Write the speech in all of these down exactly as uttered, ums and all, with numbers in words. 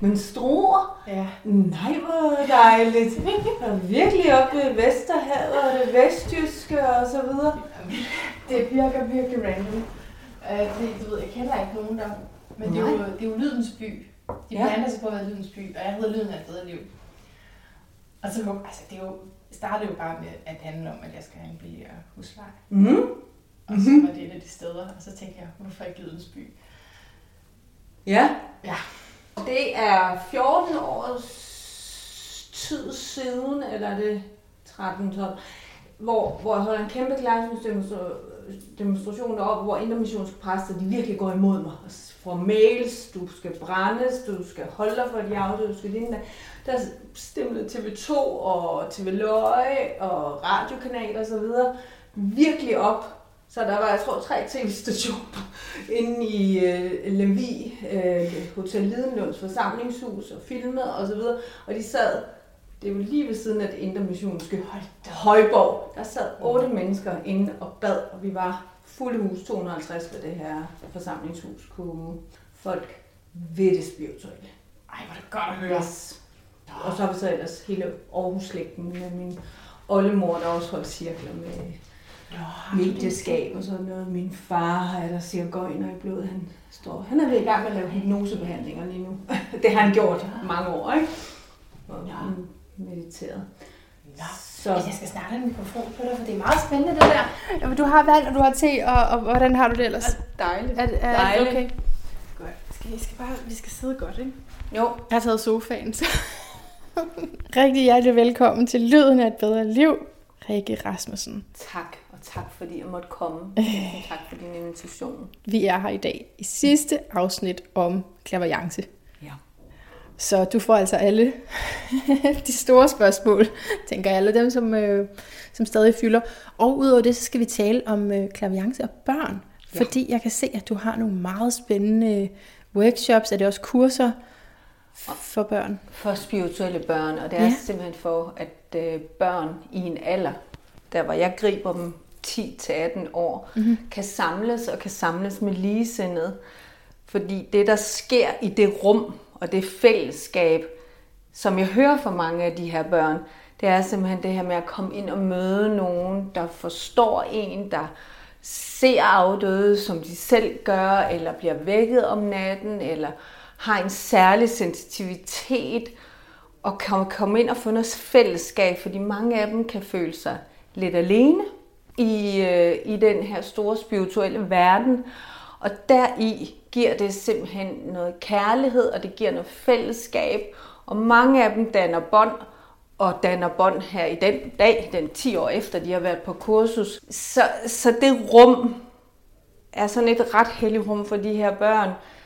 Men Struer? Ja. Nej, hvor dejligt. Og virkelig oppe ved Vesterhavet og det vestjyske og så videre. Det virker virkelig random. Uh, det, du ved, jeg kender ikke nogen der, men det er, jo, det er jo Lydens by. De Ja. blander sig på at være Lydens by, og jeg hedder Lyden af et bedre liv. Og så altså, det er jo, startede jo bare med at handle om, at jeg skal have en billigere husleje. Mm. Og så var det et af de steder, og så tænkte jeg, hvorfor ikke Lydens by? Ja. Ja. Det er fjorten års tid siden, eller er det tretten tolv, hvor, hvor jeg holder en kæmpe demonstration deroppe, hvor intermissionske præster, de virkelig går imod mig. Får mails, du skal brændes, du skal holde dig for de afdøde, du skal lignende. Der stemte T V to og T V Løje og radiokanaler og så videre virkelig op. Så der var, jeg tror, tre tv-stationer inde i øh, Lemvig, øh, Hotel Lidenlunds forsamlingshus og filmede og så videre. Og de sad, det var lige ved siden af det intermissionske Højborg. Der sad otte mennesker inde og bad, og vi var fulde hus, to hundrede og halvtreds ved det her forsamlingshus, kunne folk ved det spirituelle. Ej, hvor er det godt at høre. Yes. Og så har vi så ellers hele Aarhus-slægten med min oldemor, der også holdt cirkler med medieskab og sådan noget. Min far har der cirkøjner i blodet. Han står, han er ved i gang med at lave hypnosebehandlinger lige nu. Det har han gjort mange år, ikke? Og ja. mediteret. Ja. Så jeg skal snart have en mikrofon på dig, for det er meget spændende det der. Jamen, du har valgt, og du har te, og, og hvordan har du det ellers? Dejligt. Er, er, Dejligt. Okay. Godt. Skal, vi, skal bare, vi skal sidde godt, ikke? Jo. Jeg har taget sofaen, så... Rigtig hjertelig velkommen til Lyden af et bedre liv, Rikke Rasmussen. Tak, og tak fordi jeg måtte komme. Øh. Tak for din invitation. Vi er her i dag i sidste afsnit om clairvoyance. Ja. Så du får altså alle de store spørgsmål, tænker jeg, alle dem, som, øh, som stadig fylder. Og udover det, så skal vi tale om øh, clairvoyance og børn. Ja. Fordi jeg kan se, at du har nogle meget spændende workshops. Er det også kurser for børn? For spirituelle børn, og det er ja. simpelthen for, at øh, børn i en alder, der hvor jeg griber dem ti til atten år, mm-hmm. kan samles og kan samles med ligesindede. Fordi det, der sker i det rum og det fællesskab, som jeg hører fra mange af de her børn, det er simpelthen det her med at komme ind og møde nogen, der forstår en, der ser afdøde, som de selv gør, eller bliver vækket om natten, eller har en særlig sensitivitet, og kan komme ind og få noget fællesskab, fordi mange af dem kan føle sig lidt alene i, øh, i den her store spirituelle verden. Og deri giver det simpelthen noget kærlighed, og det giver noget fællesskab. Og mange af dem danner bånd, og danner bånd her i den dag, den ti år efter, de har været på kursus. Så, så det rum er sådan et ret helligt rum for de her børn,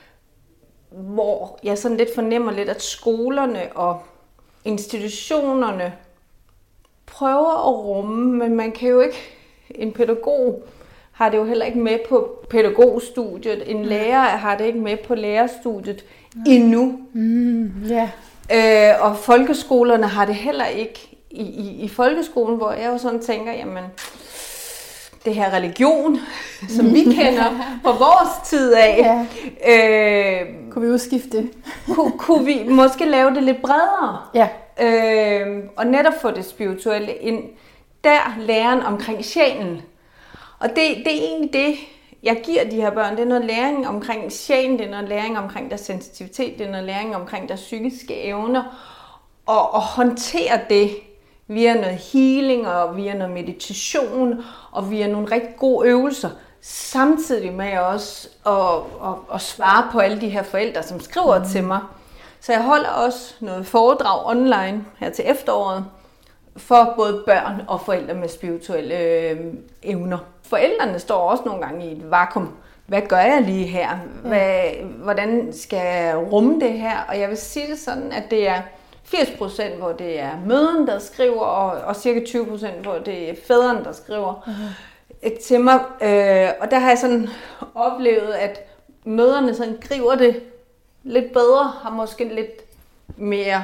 hvor jeg sådan lidt fornemmer lidt, at skolerne og institutionerne prøver at rumme, men man kan jo ikke, en pædagog har det jo heller ikke med på pædagogstudiet, en lærer har det ikke med på lærerstudiet ja. endnu. Mm, yeah. øh, og folkeskolerne har det heller ikke i, i, i folkeskolen, hvor jeg jo sådan tænker, jamen, det her religion, som vi kender fra vores tid af, ja. øh, kunne vi udskifte det? kunne, kunne vi måske lave det lidt bredere? Ja. Øh, og netop få det spirituelle ind. Der læren omkring sjælen. Og det, det er egentlig det, jeg giver de her børn. Det er noget læring omkring sjælen, det er noget læring omkring deres sensitivitet, det er noget læring omkring deres psykiske evner. Og, og håndtere det via noget healing og via noget meditation og via nogle rigtig gode øvelser. Samtidig med også at, at, at svare på alle de her forældre, som skriver mm. til mig. Så jeg holder også noget foredrag online her til efteråret for både børn og forældre med spirituelle øh, evner. Forældrene står også nogle gange i et vakuum. Hvad gør jeg lige her? Hvad, hvordan skal jeg rumme det her? Og jeg vil sige det sådan, at det er firs procent, hvor det er mødren, der skriver, og, og cirka tyve procent, hvor det er fædrene, der skriver uh-huh. til mig. Øh, og der har jeg sådan oplevet, at mødrene sådan griber det lidt bedre, har måske lidt mere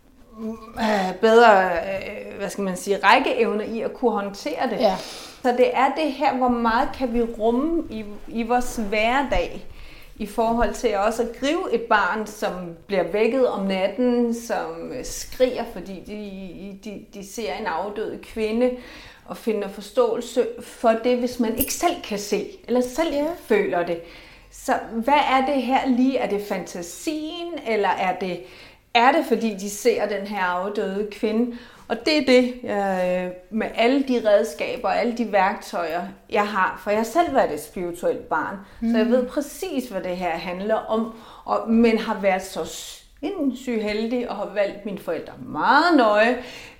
øh, bedre, øh, hvad skal man sige, rækkeevne i at kunne håndtere det. Ja. Så det er det her, hvor meget kan vi rumme i, i vores hverdag, i forhold til også at gribe et barn, som bliver vækket om natten, som skriger, fordi de, de, de ser en afdød kvinde, og finder forståelse for det, hvis man ikke selv kan se, eller selv ja. føler det. Så hvad er det her lige? Er det fantasien, eller er det, er det fordi de ser den her afdøde kvinde? Og det er det, jeg, med alle de redskaber, alle de værktøjer, jeg har. For jeg har selv været et spirituelt barn, mm. så jeg ved præcis, hvad det her handler om. Og, men har været så sindssygt heldig og har valgt mine forældre meget nøje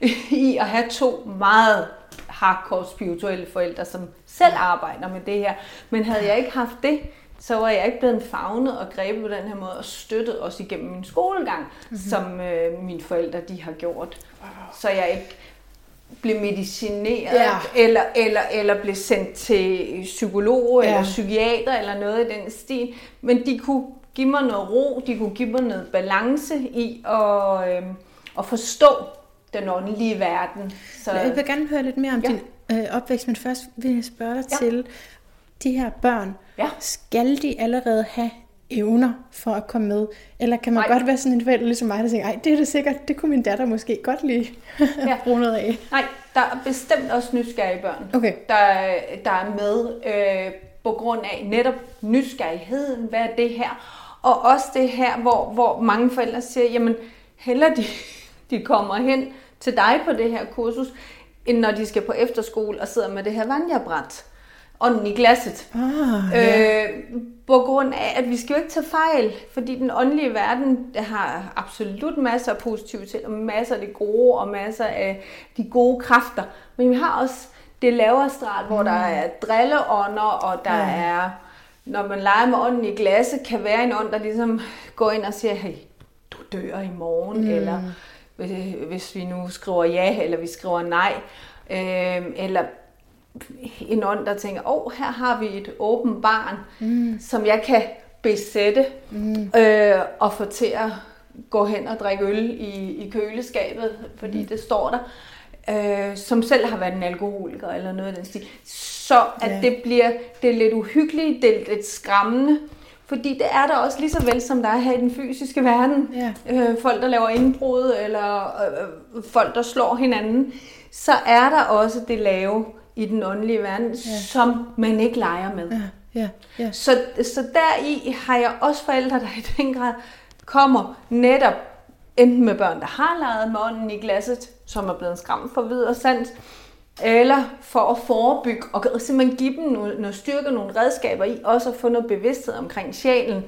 i at have to meget hardcore spirituelle forældre, som selv arbejder med det her. Men havde jeg ikke haft det, så var jeg ikke blevet favnet og grebet på den her måde og støttet også igennem min skolegang, mm-hmm. som øh, mine forældre de har gjort. Wow. Så jeg ikke blev medicineret yeah. eller, eller, eller blev sendt til psykolog yeah. eller psykiater eller noget i den stil. Men de kunne give mig noget ro, de kunne give mig noget balance i at, øh, at forstå den åndelige verden. Så jeg vil gerne høre lidt mere om ja. din øh, opvækst, men først vil jeg spørge dig ja. til de her børn. Ja. Skal de allerede have evner for at komme med? Eller kan man Nej. godt være sådan en forælder ligesom mig, der tænker, ej, det er det sikkert, det kunne min datter måske godt lige ja. bruge noget af. Nej, der er bestemt også nysgerrige børn, okay. der, der er med øh, på grund af netop nysgerrigheden, hvad er det her? Og også det her, hvor, hvor mange forældre siger, jamen hellere de, de kommer hen til dig på det her kursus, end når de skal på efterskole og sidder med det her vandjabræt. Ånden i glasset. Ah, ja. øh, på grund af, at vi skal jo ikke tage fejl, fordi den åndelige verden har absolut masser af positivitet, og masser af det gode, og masser af de gode kræfter. Men vi har også det lavere strat, hvor mm. der er drilleånder, og der ja. er, når man leger med ånden i glasset, kan være en ånd, der ligesom går ind og siger, hey, du dør i morgen, mm. eller hvis vi nu skriver ja, eller vi skriver nej, øh, eller en ånd, der tænker, åh, oh, her har vi et åbent barn, mm. som jeg kan besætte mm. øh, og få til at gå hen og drikke øl i, i køleskabet, fordi mm. det står der, øh, som selv har været en alkoholiker eller noget af den stil. Så at yeah. det bliver det er lidt uhyggeligt, det er lidt skræmmende, fordi det er der også lige så vel, som der er her i den fysiske verden. Yeah. Øh, folk, der laver indbrud, eller øh, folk, der slår hinanden. Så er der også det lave i den åndelige verden, yeah. som man ikke leger med. Yeah. Yeah. Yeah. Så, så deri har jeg også forældre, der i den grad kommer netop enten med børn, der har leget med ånden i glasset, som er blevet skræmt for videre sandt, eller for at forebygge og simpelthen give dem noget, noget styrke, nogle redskaber i, også at få noget bevidsthed omkring sjælen,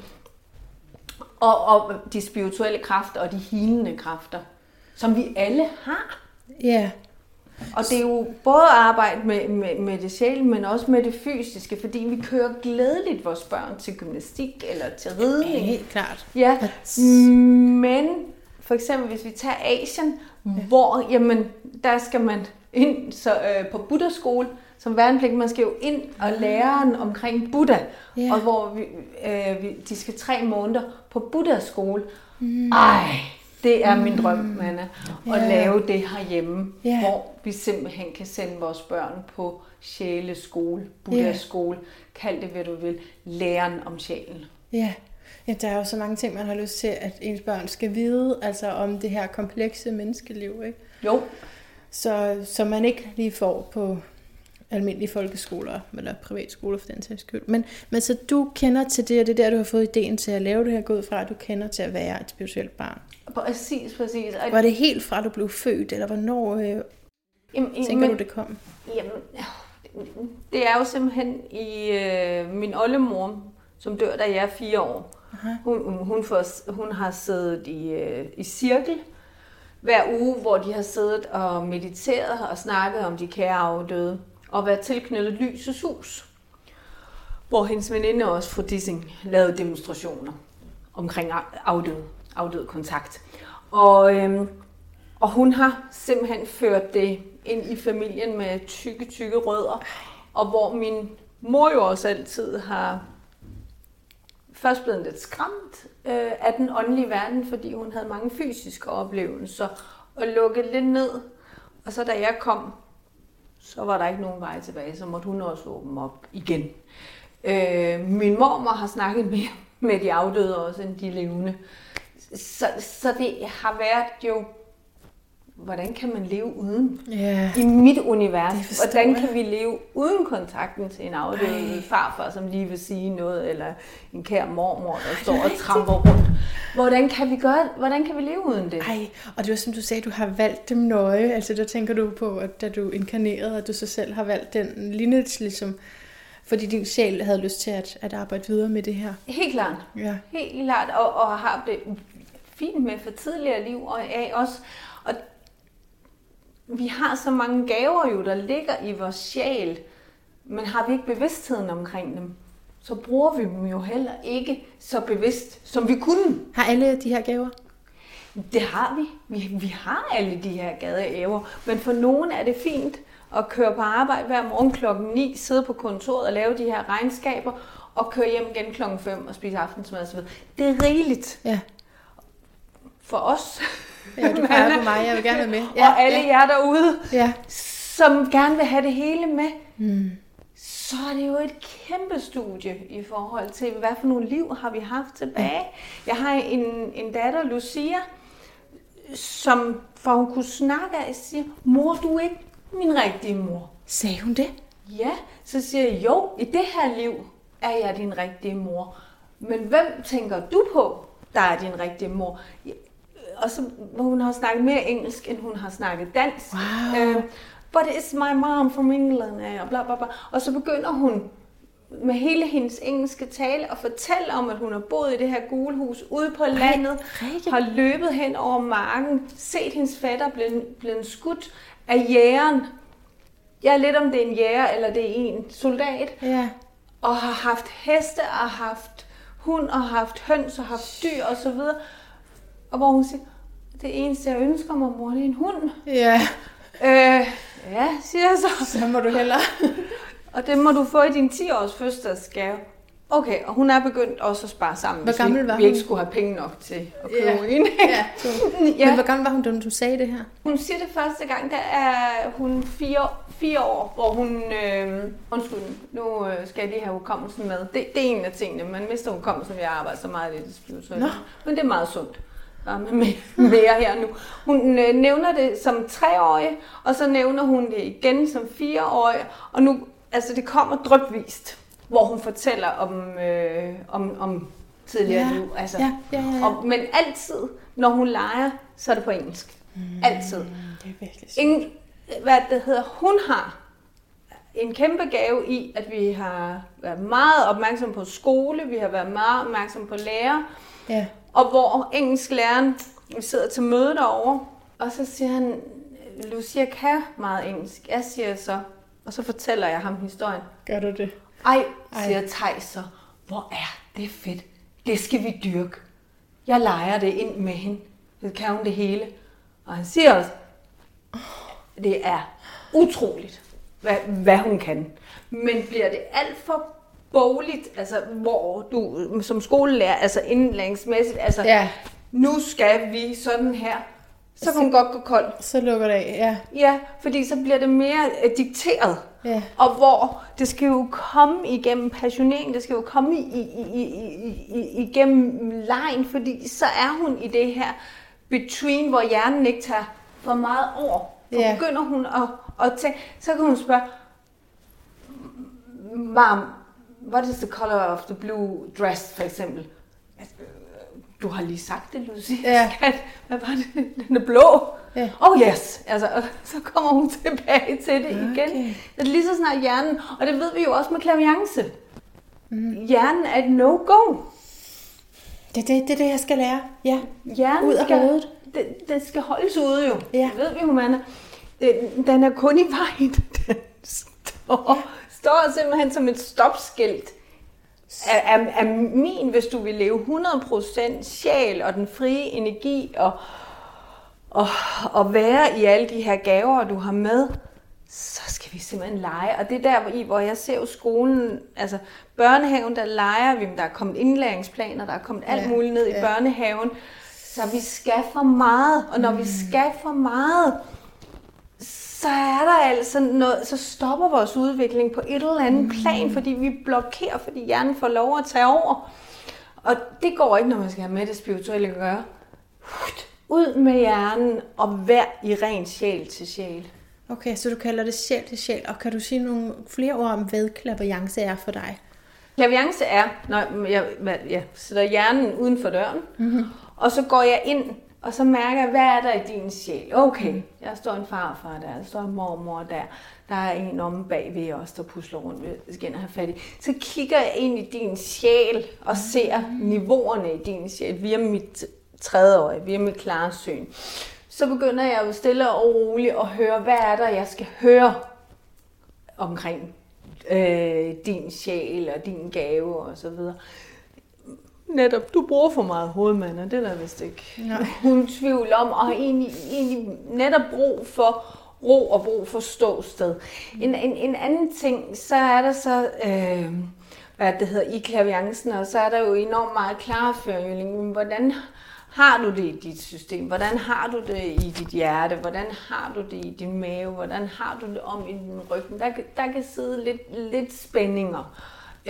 og, og de spirituelle kræfter og de healende kræfter, som vi alle har. Ja. Yeah. Og det er jo både at arbejde med, med, med det sjæle, men også med det fysiske, fordi vi kører glædeligt vores børn til gymnastik eller til ridning. Ja, helt klart. Ja, men for eksempel hvis vi tager Asien, ja. hvor jamen, der skal man ind så, øh, på Buddha-skole som værnepligt. Man skal jo ind og lære omkring Buddha, ja. og hvor vi, øh, vi, de skal tre måneder på Buddha-skole. Mm. Ej, det er min drøm, Manna, at yeah. lave det herhjemme, yeah. hvor vi simpelthen kan sende vores børn på sjæleskole, Buddha-skole, yeah. kald det hvad du vil, læren om sjælen. Yeah. Ja, der er jo så mange ting, man har lyst til, at ens børn skal vide, altså om det her komplekse menneskeliv, ikke? Jo. Så, så man ikke lige får på almindelige folkeskoler, eller privatskoler for den sags skyld. Men, men så du kender til det, og det er der, du har fået ideen til at lave det her, gået fra, at du kender til at være et spirituelt barn. Præcis, præcis. Var det helt fra, du blev født, eller hvornår øh, jamen, tænker men, du, det kom? Jamen, det er jo simpelthen i øh, min oldemor, som dør, da jeg er fire år. Hun, hun, får, hun har siddet i, øh, i cirkel hver uge, hvor de har siddet og mediteret og snakket om de kære afdøde, og været tilknyttet Lysets Hus, hvor hendes veninde også, fru Dissing, lavede demonstrationer omkring afdøde, afdøde kontakt. Og, øhm, og hun har simpelthen ført det ind i familien med tykke, tykke rødder, og hvor min mor jo også altid har først blevet lidt skræmt øh, af den åndelige verden, fordi hun havde mange fysiske oplevelser, og lukket lidt ned. Og så da jeg kom, så var der ikke nogen vej tilbage, så måtte hun også åbne op igen. Øh, min mormor har snakket mere med de afdøde også, end de levende. Så, så det har været jo, hvordan kan man leve uden? Yeah. I mit univers, hvordan jeg. kan vi leve uden kontakten til en afdød farfar, som lige vil sige noget, eller en kær mormor, der står og tramper rundt. Hvordan kan vi gøre, hvordan kan vi leve uden det? Ej, og det var som du sagde, du har valgt dem nøje. Altså der tænker du på, at da du inkarnerede, at du så selv har valgt den lignende, ligesom, fordi din sjæl havde lyst til at, at arbejde videre med det her. Helt klart. Ja. Helt klart, og, og har det fint med for tidligere liv, og af også. Og vi har så mange gaver jo, der ligger i vores sjæl, men har vi ikke bevidstheden omkring dem, så bruger vi dem jo heller ikke så bevidst, som vi kunne. Har alle de her gaver? Det har vi. Vi, vi har alle de her gaver, men for nogen er det fint at køre på arbejde hver morgen klokken ni, sidde på kontoret og lave de her regnskaber, og køre hjem igen klokken fem og spise aftensmad osv. Det er rigeligt. Ja. For os. Ja, du peger på mig, jeg vil gerne være med. Ja, og alle ja. jer derude, ja. som gerne vil have det hele med, mm. så er det jo et kæmpe studie i forhold til, hvad for nogle liv har vi haft tilbage. Ja. Jeg har en, en datter, Lucia, som for hun kunne snakke af, siger, mor, du er ikke min rigtige mor. Sagde hun det? Ja, så siger jeg, jo, i det her liv er jeg din rigtige mor. Men hvem tænker du på, der er din rigtige mor? Og så hun har snakket mere engelsk, end hun har snakket dansk. Wow. Uh, but it's my mom from England, og bla bla bla. Og så begynder hun med hele hendes engelske tale at fortælle om, at hun har boet i det her gule hus ude på landet, Rikke. har løbet hen over marken, set hendes fætter blive, blive skudt af jægeren. Jeg er lidt om det er en jæger, eller det er en soldat. Ja. Og har haft heste, og haft hund, og haft høns, og haft dyr, og så videre. Og hvor hun siger, det eneste, jeg ønsker mig, mor, det er en hund. Ja. Øh, ja, siger jeg så. Så må du hellere. Og det må du få i din ti-års fødselsdagsgave. Okay, og hun er begyndt også at spare sammen, hvor hvis gammel vi, var vi hun? ikke skulle have penge nok til at købe Ja. en. Ja, ja. Men hvor gammel var hun, da hun sagde det her? Hun siger det første gang, der er hun fire, fire år, hvor hun... Øh, undskyld, nu øh, skal jeg lige have hukommelsen med. Det, det er en af tingene. Man mister hukommelsen ved at arbejde så meget i det spirituelle. Men det er meget sundt. Der er mere, mere her nu. Hun øh, nævner det som treårig, og så nævner hun det igen som fireårig. Og nu, altså det kommer drypvist, hvor hun fortæller om, øh, om, om tidligere Ja. liv. Altså, Ja, ja, ja, ja. Og, men altid, når hun leger, så er det på engelsk. Mm, Altid. Det er virkelig Ingen, hvad det hedder, hun har en kæmpe gave i, at vi har været meget opmærksomme på skole, vi har været meget opmærksomme på lærer, Ja. og hvor engelsklæreren, vi sidder til møde derovre, og så siger han, Lucia kan meget engelsk. Jeg siger så, og så fortæller jeg ham historien. Gør du det? Ej, siger Theis så, hvor er det fedt. Det skal vi dyrke. Jeg leger det ind med hende. Så kan hun det hele. Og han siger også, det er utroligt, hvad, hvad hun kan. Men bliver det alt for bogligt, altså hvor du som skolelærer, altså indlæringsmæssigt, altså Ja. nu skal vi sådan her, så kan hun godt gå kold. Så lukker det af, ja. Ja, fordi så bliver det mere øh, dikteret. Ja. Og hvor det skal jo komme igennem passionering, det skal jo komme i, i, i, i, i, igennem lejen, fordi så er hun i det her between, hvor hjernen ikke tager for meget over. Så Ja. begynder hun at, at tænke, så kan hun spørge, Mom, what is the color of the blue dress, for eksempel? Du har lige sagt det, Lucy. Ja. Skat. Hvad var det? Den er blå. Ja. Oh yes. Altså, og så kommer hun tilbage til det igen. Okay. Det er lige så snart hjernen, og det ved vi jo også med klaviance. Mm. Hjernen er et no-go. Det er det, det, er det, jeg skal lære. Ja. Hjernen Ud af skal, hovedet. Det, det skal holdes ude jo. Ja. Det ved vi jo, man er. Den, den er kun i vejen. Den står, står simpelthen som et stopskilt. Af, af, af min, hvis du vil leve hundrede procent sjæl og den frie energi og, og, og være i alle de her gaver, du har med, så skal vi simpelthen lege. Og det er der, i, hvor jeg ser jo skolen, altså børnehaven, der leger vi, der er kommet indlæringsplaner, der er kommet alt Ja, muligt ned i ja. børnehaven. Så vi skal for meget, og når mm. vi skal for meget, så er der altså noget, så stopper vores udvikling på et eller andet mm. plan, fordi vi blokerer, fordi hjernen får lov at tage over. Og det går ikke, når man skal have med det spirituelle at gøre. Ud med hjernen og vær i ren sjæl til sjæl. Okay, så du kalder det sjæl til sjæl. Og kan du sige nogle flere ord om, hvad clairvoyance er for dig? Clairvoyance er, når jeg, jeg sætter hjernen uden for døren, mm-hmm. og så går jeg ind, og så mærker jeg, hvad er der i din sjæl? Okay, jeg står en farfar der, der står en mormor der, der er en om bagved os, der pusler rundt, vi skal ind og have fat i. Så kigger jeg ind i din sjæl og ser niveauerne i din sjæl via mit tredje øje, via mit klare syn. Så begynder jeg jo stille og roligt at høre, hvad er der, jeg skal høre omkring øh, din sjæl og din gave og så videre. Netop, du bruger for meget hovedmand, og det er der vist ikke nogen tvivl om, og har egentlig, egentlig netop brug for ro og brug for ståsted. En, en, en anden ting, så er der så, øh, hvad det hedder, i clairvoyancen, og så er der jo enormt meget klarføring. Hvordan har du det i dit system? Hvordan har du det i dit hjerte? Hvordan har du det i din mave? Hvordan har du det om i din ryggen? Der, der kan sidde lidt, lidt spændinger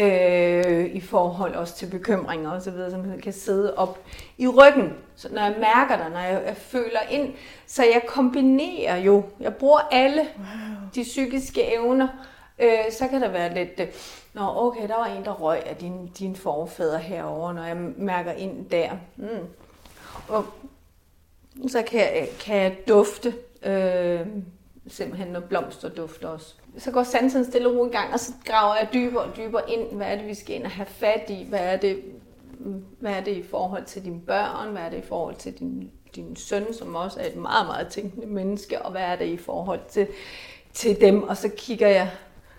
øh, i forhold også til bekymringer og så videre, som kan sidde op i ryggen. Så når jeg mærker dig, når jeg, jeg føler ind, så jeg kombinerer jo, jeg bruger alle wow. de psykiske evner, øh, så kan der være lidt, øh, nå okay, der var en, der røg af dine din forfædre herovre, når jeg mærker ind der. Mm. Og så kan jeg, kan jeg dufte, øh, simpelthen når blomster dufter også. Så går sansen stille og ro i gang, og så graver jeg dybere og dybere ind. Hvad er det, vi skal ind og have fat i? Hvad er det, hvad er det i forhold til dine børn? Hvad er det i forhold til din, din søn, som også er et meget, meget tænkende menneske? Og hvad er det i forhold til, til dem? Og så kigger jeg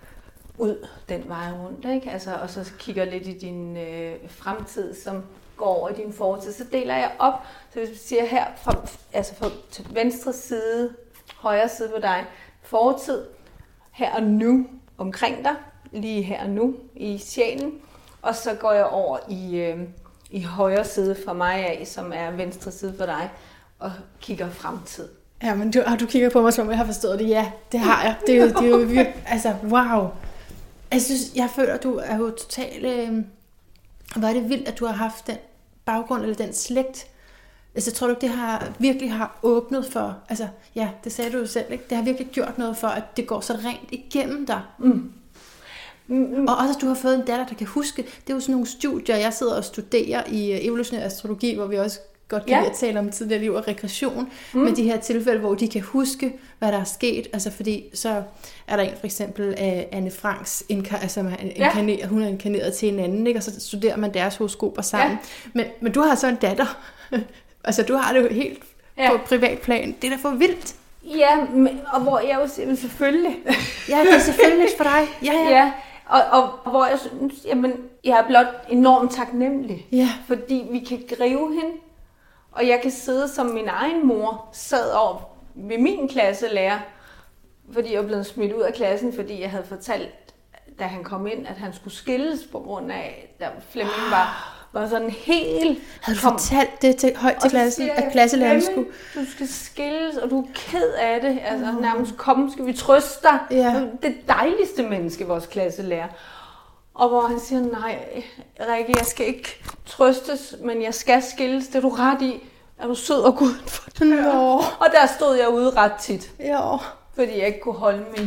ud den vej rundt, ikke? Altså, og så kigger lidt i din øh, fremtid, som går over i din fortid. Så deler jeg op, så hvis vi siger her, fra, altså fra til venstre side, højre side på dig, fortid, her og nu omkring dig, lige her og nu i sjælen, og så går jeg over i, øh, i højre side fra mig af, som er venstre side for dig, og kigger fremtid. Ja, men du, og du kigger på mig, som jeg har forstået det. Ja, det har jeg. Det er jo, det er jo virkelig, altså wow. Jeg synes, jeg føler, at du er jo totalt, øh, hvor er det vildt, at du har haft den baggrund, eller den slægt. Altså, jeg tror du, det har virkelig har åbnet for, altså, ja, det sagde du jo selv, ikke? Det har virkelig gjort noget for, at det går så rent igennem dig. Mm. Mm-hmm. Og også, at du har fået en datter, der kan huske, det er jo sådan nogle studier, jeg sidder og studerer i evolutionær astrologi, hvor vi også godt kan ja. lide at tale om tidligere liv og regression, mm. med de her tilfælde, hvor de kan huske, hvad der er sket. Altså, fordi så er der en, for eksempel uh, Anne Franks, inka- altså, inkarner, ja. hun er inkarneret til en anden, ikke? Og så studerer man deres horoskoper sammen. Ja. Men, men du har så en datter. Altså, du har det jo helt ja. på privat plan. Det er da for vildt. Ja, og hvor jeg jo siger, selvfølgelig. Ja, det er selvfølgelig for dig. Ja, ja. ja. Og, og hvor jeg synes, jamen, jeg er blot enormt taknemmelig. Ja. Fordi vi kan gribe hende, og jeg kan sidde som min egen mor sad over ved min klasselærer, fordi jeg blev smidt ud af klassen, fordi jeg havde fortalt, da han kom ind, at han skulle skilles på grund af, da Flemming var... var sådan helt... Havde du kom, fortalt det til, højt til klassen, jeg, at klasselæreren skulle... Du skal skilles, og du er ked af det. Altså oh. nærmest, kom, skal vi trøste dig? Ja. Det dejligste menneske, vores klasselærer. Og hvor han siger, nej, Rikke, jeg skal ikke trøstes, men jeg skal skilles. Det er du ret i. Er du sød og god for det? No. Og der stod jeg ude ret tit. Ja. Fordi jeg ikke kunne holde min...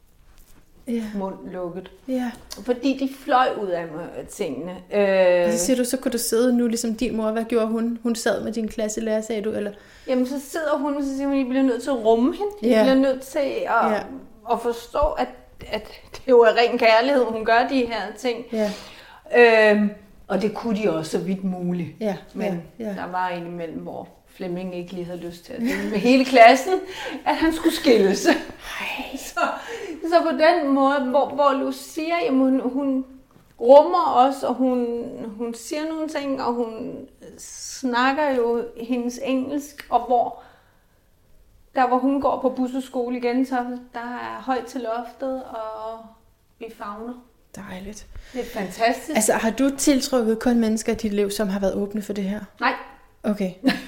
Ja. mund lukket. Ja. Fordi de fløj ud af mig, tingene. Øh... Og så siger du, så kunne du sidde nu, ligesom din mor. Hvad gjorde hun? Hun sad med din klasselærer, sagde du? Eller? Jamen, så sidder hun, og så siger hun, I bliver nødt til at rumme hende. I ja. bliver nødt til at, ja. at forstå, at, at det jo er ren kærlighed, hun gør de her ting. Ja. Øh... Og det kunne de også så vidt muligt. Ja. Men ja. Ja. der var en imellem, hvor Flemming ikke lige havde lyst til at dele med hele klassen, at han skulle skilles. Så, så på den måde, hvor, hvor Lucia, jamen, hun, hun rummer os, og hun, hun siger nogle ting, og hun snakker jo hendes engelsk, og hvor der hvor hun går på Busseskole igen, så der er højt til loftet, og vi favner. Dejligt. Det er fantastisk. Altså, har du tiltrukket kun mennesker i dit liv, som har været åbne for det her? Nej. Okay.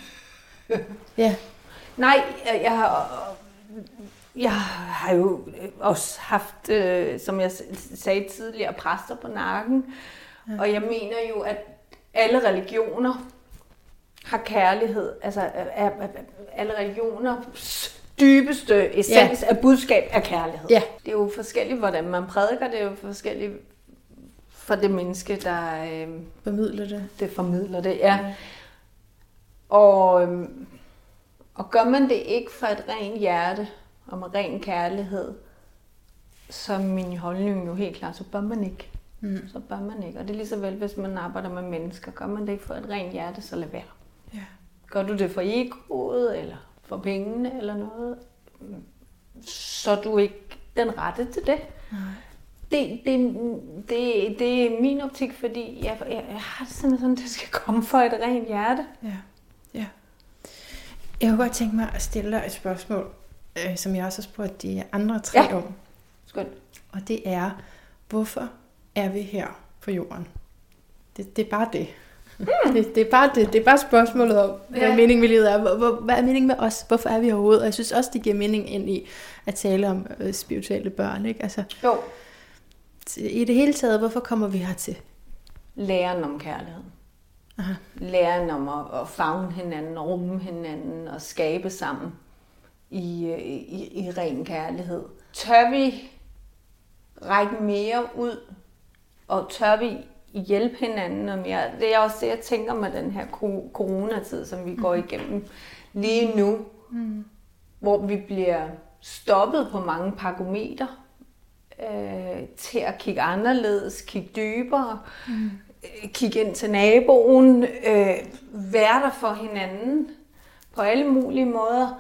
Ja. Nej, jeg har, jeg har jo også haft, øh, som jeg sagde tidligere, præster på nakken. Ja. Og jeg mener jo, at alle religioner har kærlighed. Altså er, er, alle religioners dybeste essens ja. af budskab er kærlighed. Ja. Det er jo forskelligt, hvordan man prædiker. Det er jo forskelligt for det menneske, der øh, formidler det. Det formidler det, ja. ja. Og, øh, og gør man det ikke fra et rent hjerte og med ren kærlighed, så er min holdning jo helt klar, så bør man ikke. Mm. Så bør man ikke. Og det er lige så vel, hvis man arbejder med mennesker. Gør man det ikke for et rent hjerte, så lad være. Ja. Gør du det for egoet, eller for pengene, eller noget, så er du ikke den rette til det. Nej. Det, det, det, det er min optik, fordi jeg, jeg, jeg har det sådan, sådan, det skal komme for et rent hjerte. Ja. Ja. Jeg kunne godt tænke mig at stille dig et spørgsmål, øh, som jeg også har spurgt de andre tre ja. om. Skønt. Og det er, hvorfor er vi her på jorden? Det, det er bare det. Mm. det. Det er bare det. Det er bare spørgsmålet om, hvad ja. meningen med livet er. Hvor, hvor, hvad er meningen med os? Hvorfor er vi overhovedet? Og jeg synes også, det giver mening ind i at tale om øh, spirituelle børn. Ikke? Altså, jo. I det hele taget, hvorfor kommer vi hertil? Læren om kærligheden. Aha. Læren om at, at favne hinanden, og rumme hinanden og skabe sammen i, i, i ren kærlighed. Tør vi række mere ud, og tør vi hjælpe hinanden og mere? Det er også det, jeg tænker med den her coronatid, som vi mm. går igennem lige nu, mm. hvor vi bliver stoppet på mange parametre øh, til at kigge anderledes, kigge dybere, mm. øh, kigge ind til naboen, øh, være der for hinanden på alle mulige måder.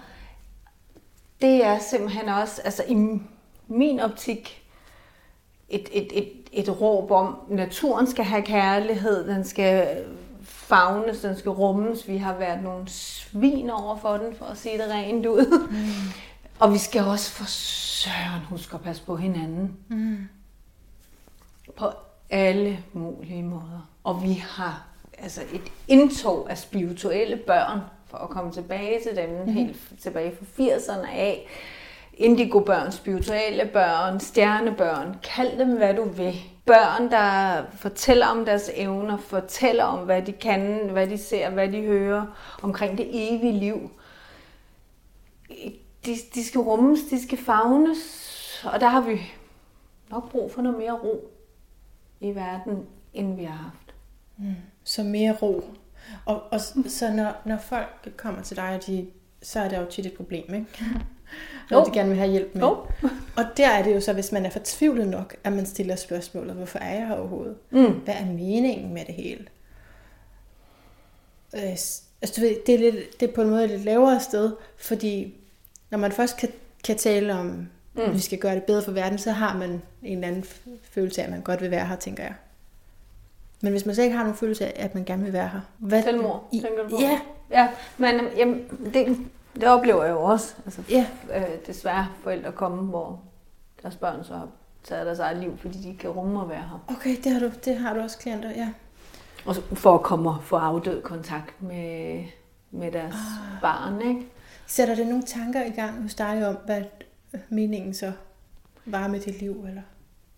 Det er simpelthen også, altså i min optik, et, et, et, et råb om, naturen skal have kærlighed, den skal favnes, den skal rummes. Vi har været nogle svin over for den, for at sige det rent ud. Mm. Og vi skal også for søren huske at passe på hinanden. Mm. På alle mulige måder. Og vi har altså et indtog af spirituelle børn, for at komme tilbage til dem, mm. helt tilbage fra firserne af. Indigobørn, spirituelle børn, stjernebørn, kald dem hvad du vil. Børn, der fortæller om deres evner, fortæller om hvad de kan, hvad de ser, hvad de hører, omkring det evige liv. De, de skal rummes, de skal favnes, og der har vi nok brug for noget mere ro i verden, end vi har haft. Mm. Så mere ro. Og, og så når, når folk kommer til dig, de, så er det jo tit et problem, ikke? Noget, de gerne vil have hjælp med. Jo. Og der er det jo så, hvis man er fortvivlet nok, at man stiller spørgsmålet, hvorfor er jeg her overhovedet? Mm. Hvad er meningen med det hele? Øh, altså, du ved, det er, lidt, det er på en måde et lidt lavere sted, fordi når man først kan, kan tale om, mm. at vi skal gøre det bedre for verden, så har man en eller anden følelse af, at man godt vil være her, tænker jeg. Men hvis man så ikke har nogen følelse af, at man gerne vil være her. Hvad Selvmord, I, tænker du på? Ja. Ja, men jamen, det, det oplever jeg jo også. Altså, ja. øh, desværre forældre komme, hvor deres børn så har taget deres eget liv, fordi de ikke kan rumme at være her. Okay, det har du, det har du også klienter, ja. Og for at komme og få afdød kontakt med, med deres ah. barn, ikke? Sætter det nogle tanker i gang hos dig om, hvad meningen så var med dit liv, eller?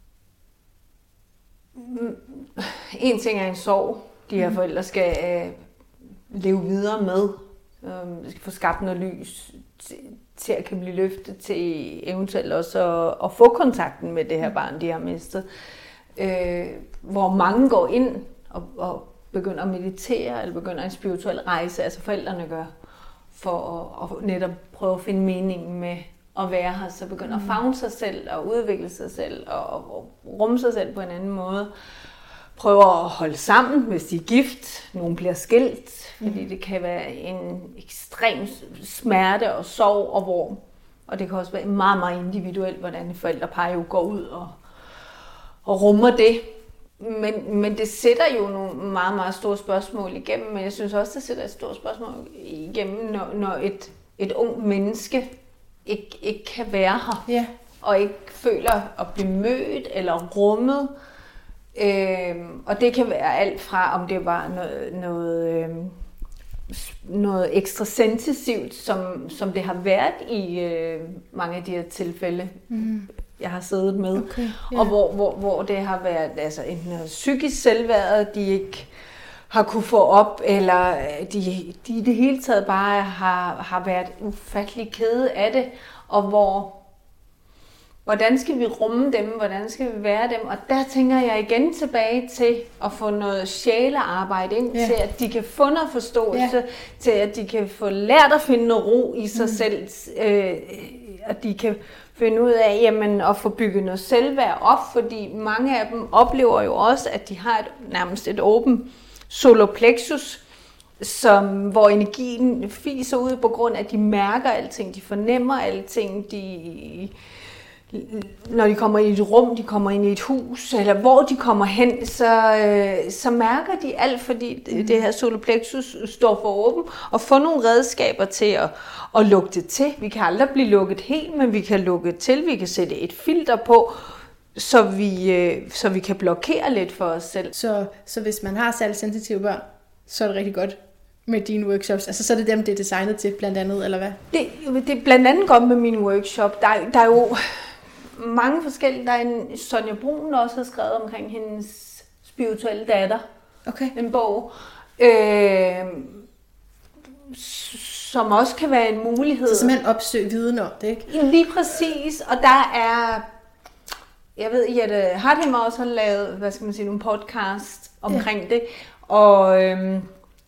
En ting er en sorg, de her mm. forældre skal øh, leve videre med. Øh, skal få skabt noget lys til, til at kan blive løftet til eventuelt også at, at få kontakten med det her barn, de har mistet. Øh, hvor mange går ind og, og begynder at meditere, eller begynder en spirituel rejse, altså forældrene gør, for at, at netop prøve at finde meningen med at være her, så begynder at favne sig selv og udvikle sig selv og, og rumme sig selv på en anden måde. Prøver at holde sammen, hvis de er gift. Nogle bliver skilt, fordi det kan være en ekstrem smerte og sorg, og hvor, og det kan også være meget, meget individuelt, hvordan forældrepar jo går ud og, og rummer det. Men, men det sætter jo nogle meget, meget store spørgsmål igennem, men jeg synes også, det sætter et stort spørgsmål igennem, når, når et, et ung menneske ikke, ikke kan være her, ja. og ikke føler at blive mødt eller rummet. Øhm, og det kan være alt fra, om det var noget, noget, øhm, noget ekstra sensitivt, som, som det har været i øh, mange af de her tilfælde, mm. jeg har siddet med. Okay, yeah. Og hvor, hvor, hvor det har været altså, enten noget psykisk selvværd, de ikke har kunne få op, eller de, de i det hele taget bare har, har været ufattelig kede af det, og hvor, hvordan skal vi rumme dem, hvordan skal vi være dem, og der tænker jeg igen tilbage til at få noget sjælearbejde ind, ja. Til at de kan få noget forståelse, ja. Til at de kan få lært at finde noget ro i sig mm. selv, øh, at de kan finde ud af jamen, at få bygget noget selvværd op, fordi mange af dem oplever jo også, at de har et, nærmest et åbent solarplexus, som, hvor energien fiser ud på grund af, at de mærker alting, de fornemmer alting, de, når de kommer i et rum, de kommer ind i et hus, eller hvor de kommer hen, så, øh, så mærker de alt, fordi det, det her solarplexus står for åben, og få nogle redskaber til at, at lukke det til. Vi kan aldrig blive lukket helt, men vi kan lukke til, vi kan sætte et filter på, så vi, øh, så vi kan blokere lidt for os selv. Så, så hvis man har særligt sensitive børn, så er det rigtig godt med dine workshops? Altså så er det dem, det er designet til, blandt andet, eller hvad? Det, det er blandt andet godt med min workshop. Der, der er jo mange forskellige. Der er en Sonja Brun, der også har skrevet omkring hendes spirituelle datter. Okay. En bog. Øh, som også kan være en mulighed. Så simpelthen opsøge viden om det, ikke? Lige præcis. Og der er, jeg ved, Jette Hartheim også har lavet, hvad skal man sige, nogle podcast omkring ja. Det. Og, øhm,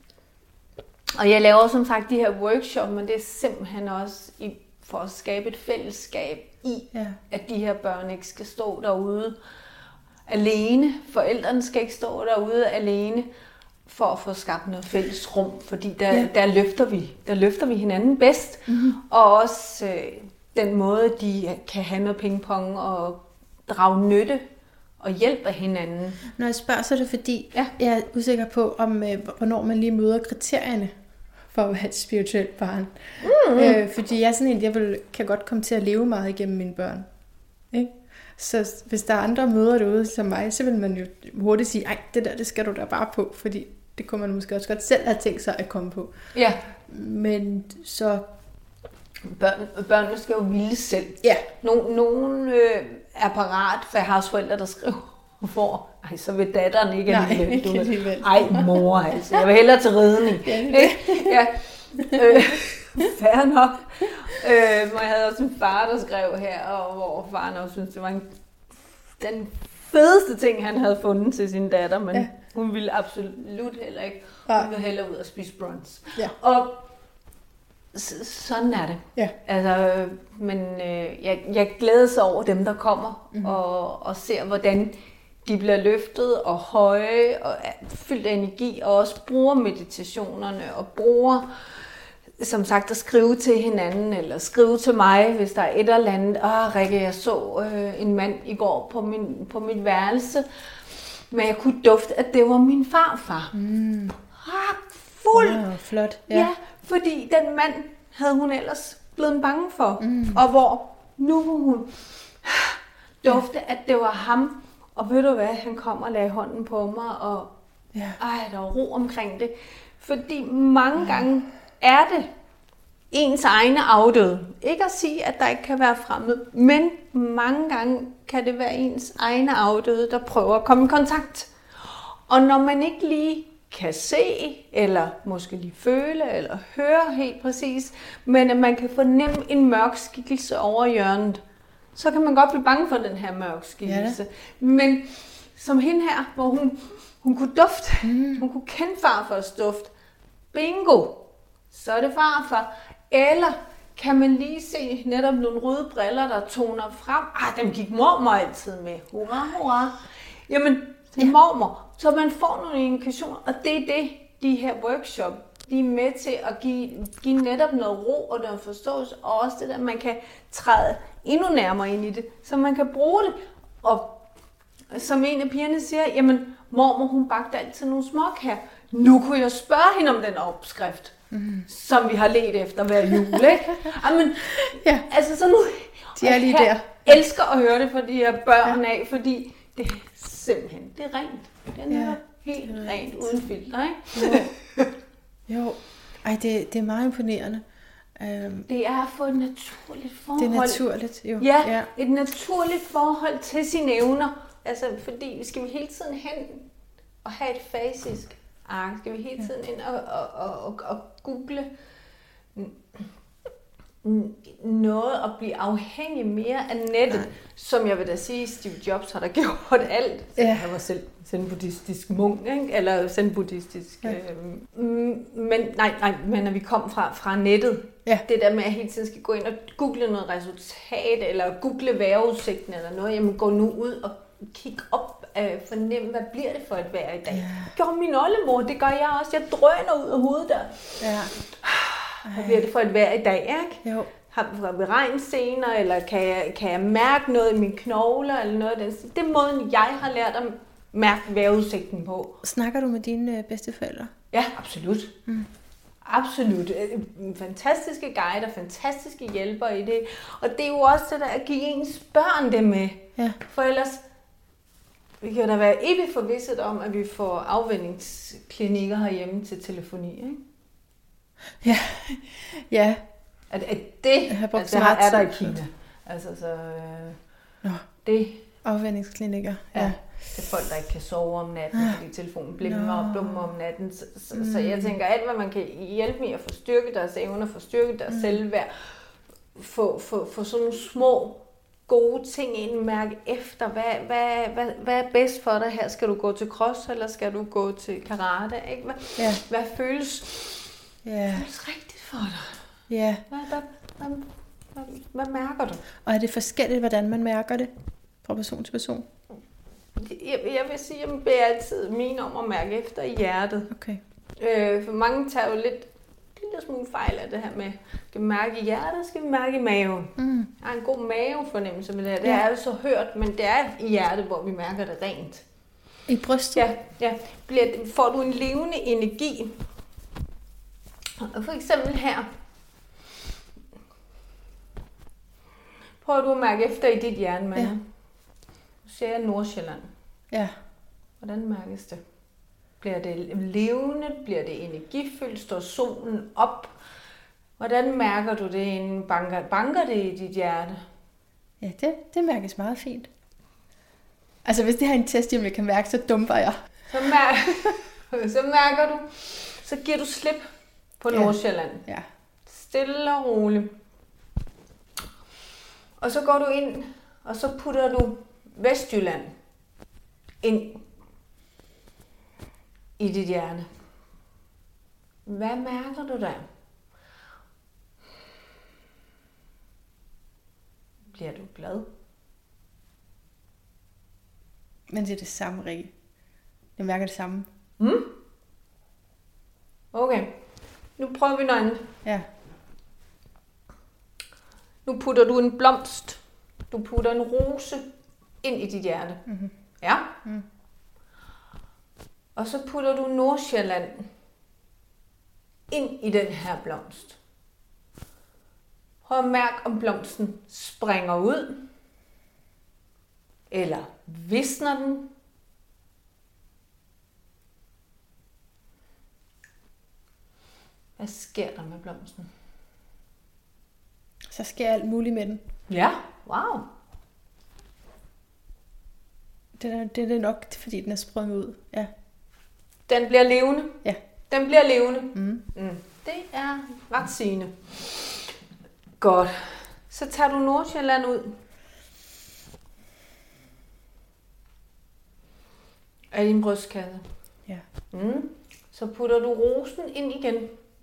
og jeg laver som sagt de her workshops, men det er simpelthen også i, for at skabe et fællesskab i, ja. At de her børn ikke skal stå derude alene. Forældrene skal ikke stå derude alene for at få skabt noget fælles rum, fordi der, ja. der, løfter, vi, der løfter vi hinanden bedst. Mm-hmm. Og også øh, den måde, de kan have noget pingpong og drage nytte og hjælp af hinanden. Når jeg spørger, så er det fordi, ja. Jeg er usikker på, om øh, hvornår man lige møder kriterierne for at være et spirituelt barn. Mm. Øh, fordi jeg er sådan en, jeg vil, kan godt komme til at leve meget igennem mine børn. Ikke? Så hvis der er andre møder derude som mig, så vil man jo hurtigt sige, ej, det der, det skal du da bare på, fordi det kunne man måske også godt selv have tænkt sig at komme på. Ja. Men så Børn, børnene skal jo ville selv. Ja. Nogen, nogen øh, er parat, for jeg har også forældre, der skriver, hvor, ej, så vil datteren ikke alligevel. Nej, ikke alligevel. Ej, mor, altså. Jeg vil hellere til ridning. Ja, ja. Øh, fair nok. Øh, men jeg havde også en far, der skrev her, og hvor faren også synes, det var en, den fedeste ting, han havde fundet til sin datter, men ja. Hun ville absolut heller ikke. Hun ville hellere ud og spise brunch. Ja. Og sådan er det. Ja. Altså, men øh, jeg, jeg glæder sig over dem, der kommer mm-hmm. og, og ser, hvordan de bliver løftet og høje og er fyldt af energi, og også bruger meditationerne og bruger, som sagt, at skrive til hinanden eller skrive til mig, hvis der er et eller andet. Åh, Rikke, jeg så øh, en mand i går på, min, på mit værelse, men jeg kunne dufte, at det var min farfar. Mm. Ah, fuld! Oh, flot. Ja. Ja, fordi den mand havde hun ellers blevet bange for. Mm. Og hvor nu hun dufte, ja. At det var ham. Og ved du hvad, han kom og lagde hånden på mig, og ja. Ej, der var ro omkring det. Fordi mange ja. Gange er det ens egne afdøde. Ikke at sige, at der ikke kan være fremmed, men mange gange kan det være ens egne afdøde, der prøver at komme i kontakt. Og når man ikke lige kan se, eller måske lige føle, eller høre helt præcis, men at man kan fornemme en mørk skikkelse over hjørnet, så kan man godt blive bange for den her mørk skikkelse. Ja. Men som hende her, hvor hun, hun kunne dufte, mm. hun kunne kende farfars duft. Bingo! Så er det farfar. Eller kan man lige se netop nogle røde briller, der toner frem. Ah, dem gik mormor altid med. Hurra, hurra. Jamen, det er ja. Mormor. Så man får nogle indikationer, og det er det, de her workshop, de er med til at give, give netop noget ro og noget forståelse, og også det der, man kan træde endnu nærmere ind i det, så man kan bruge det. Og som en af pigerne siger, jamen mormor, hun bagte altid nogle småkager. Nu kunne jeg spørge hende om den opskrift, mm. som vi har let efter hver jul, ikke? Jamen, ja. Altså så nu, de er lige der. Jeg elsker at høre det fra de her børn af, fordi det er simpelthen, det er rent. Den er ja. Helt rent, uden filter, ikke? Jo, jo. Ej, det, det er meget imponerende. Um, det er at få et naturligt forhold. Det er naturligt, jo. Ja, ja, et naturligt forhold til sine evner. Altså, fordi vi skal hele tiden hen og have et fasisk ark, skal vi hele tiden ind og, og, og, og, og google noget og blive afhængig mere af nettet, nej. Som jeg vil da sige, Steve Jobs har da gjort alt. Ja. Han var selv zen-buddhistisk munk, ikke? Eller zen-buddhistisk. Ja. Øh, men nej, nej, men når vi kom fra, fra nettet, ja. Det der med at hele tiden skal gå ind og google noget resultat, eller google vejrudsigten eller noget, jamen gå nu ud og kig op, øh, fornemme, hvad bliver det for et vejr i dag. Ja. Det gjorde min oldemor, det gør jeg også. Jeg drøner ud af hovedet der. Ja. Hvad bliver det for et vejr i dag, ikke? Jo. Har vi regn senere, eller kan jeg, kan jeg mærke noget i mine knogler, eller noget af den. Det er måden, jeg har lært at mærke vejrudsigten på. Snakker du med dine bedsteforældre? Ja, absolut. Mm. Absolut. Fantastiske guider, fantastiske hjælpere i det. Og det er jo også det der at give ens børn det med. Ja. For ellers, vi kan da være evigt forvisset om, at vi får afvendingsklinikker herhjemme til telefoni, ikke? Ja, ja. At, at det altså, her er der i Kina. Altså, så, øh, Nå. Det. Afvendingsklinikker, ja. ja. Det er folk, der ikke kan sove om natten, ah. fordi telefonen blinker og blummer om natten. Så, så, mm. så jeg tænker, alt hvad man kan hjælpe med at få styrket deres evner, få styrket deres mm. selvværd, få, få, få sådan nogle små gode ting ind, mærke efter, hvad, hvad, hvad, hvad er bedst for dig her? Skal du gå til cross, eller skal du gå til karate? Ikke? Hvad, ja. hvad føles, ja. føles rigtigt for dig? Ja. Hvad, hvad, hvad, hvad, hvad mærker du? Og er det forskelligt, hvordan man mærker det fra person til person? Jeg, jeg vil sige, at jeg beder altid mine om at mærke efter i hjertet. Okay. Øh, for mange tager jo lidt lille smule fejl af det her med, skal vi mærke i hjertet, skal vi mærke i maven. Mm. Jeg har en god mavefornemmelse med det her. Det ja. er jo så hørt, men det er i hjertet, hvor vi mærker det rent. I brystet? Ja, ja. Bliver, får du en levende energi. For eksempel her. Prøv du at mærke efter i dit hjerne, med. Ja. Nu ser jeg Nordsjælland. Ja. Hvordan mærkes det? Bliver det levende? Bliver det energifyldt? Står solen op? Hvordan mærker du det inden banker? Banker det i dit hjerte? Ja, det, det mærkes meget fint. Altså, hvis det her er en test, jeg kan mærke, så dumper jeg. Så, mær- så mærker du, så giver du slip på Nordsjælland. Ja. Ja. Stille og roligt. Og så går du ind, og så putter du Vestjylland ind i dit hjerne. Hvad mærker du der? Bliver du glad? Men det er det samme, Rikke. Jeg mærker det samme. Mm? Okay. Nu prøver vi noget andet. Ja. Nu putter du en blomst. Du putter en rose ind i dit hjerte. Mm-hmm. Ja? Mm. Og så putter du Nordsjælland ind i den her blomst. Prøv at mærke, om blomsten springer ud. Eller visner den. Hvad sker der med blomsten? Så sker alt muligt med den. Ja, wow. Det er, det er nok, fordi den er sprunget ud. Ja. Den bliver levende. Ja. Den bliver levende. Mm. Mm. Det er ret sigende. Godt. Så tager du Nordsjælland ud. Af din brystkasse. Ja. Mm. Så putter du rosen ind igen.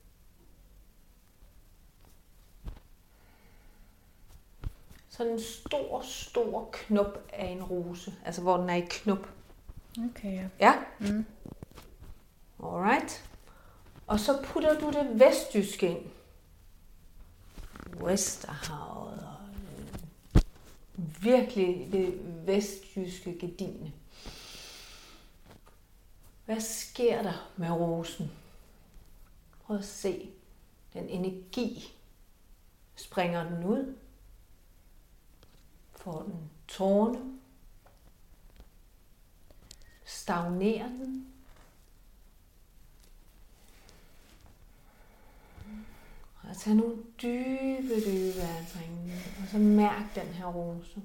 Sådan en stor, stor knop af en rose. Altså hvor den er i knop. Okay, ja. Ja? Mm. Alright. Og så putter du det vestjyske ind. Vesterhavet. Og virkelig det vestjyske Gardine. Hvad sker der med rosen? Prøv at se. Den energi. Springer den ud? Får den tårne? Stagnerer den? Og tag nogle dybe, dybe vejrtrækninger, og så mærk den her rose.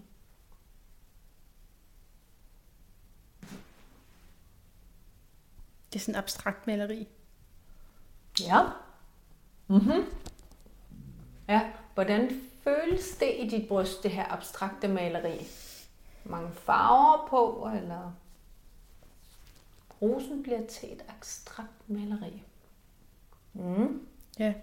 Det er sådan en abstrakt maleri. Ja. Mm-hmm. Ja, hvordan føles det i dit bryst, det her abstrakte maleri? Mange farver på, eller rosen bliver til et abstrakt maleri. Mm. Ja.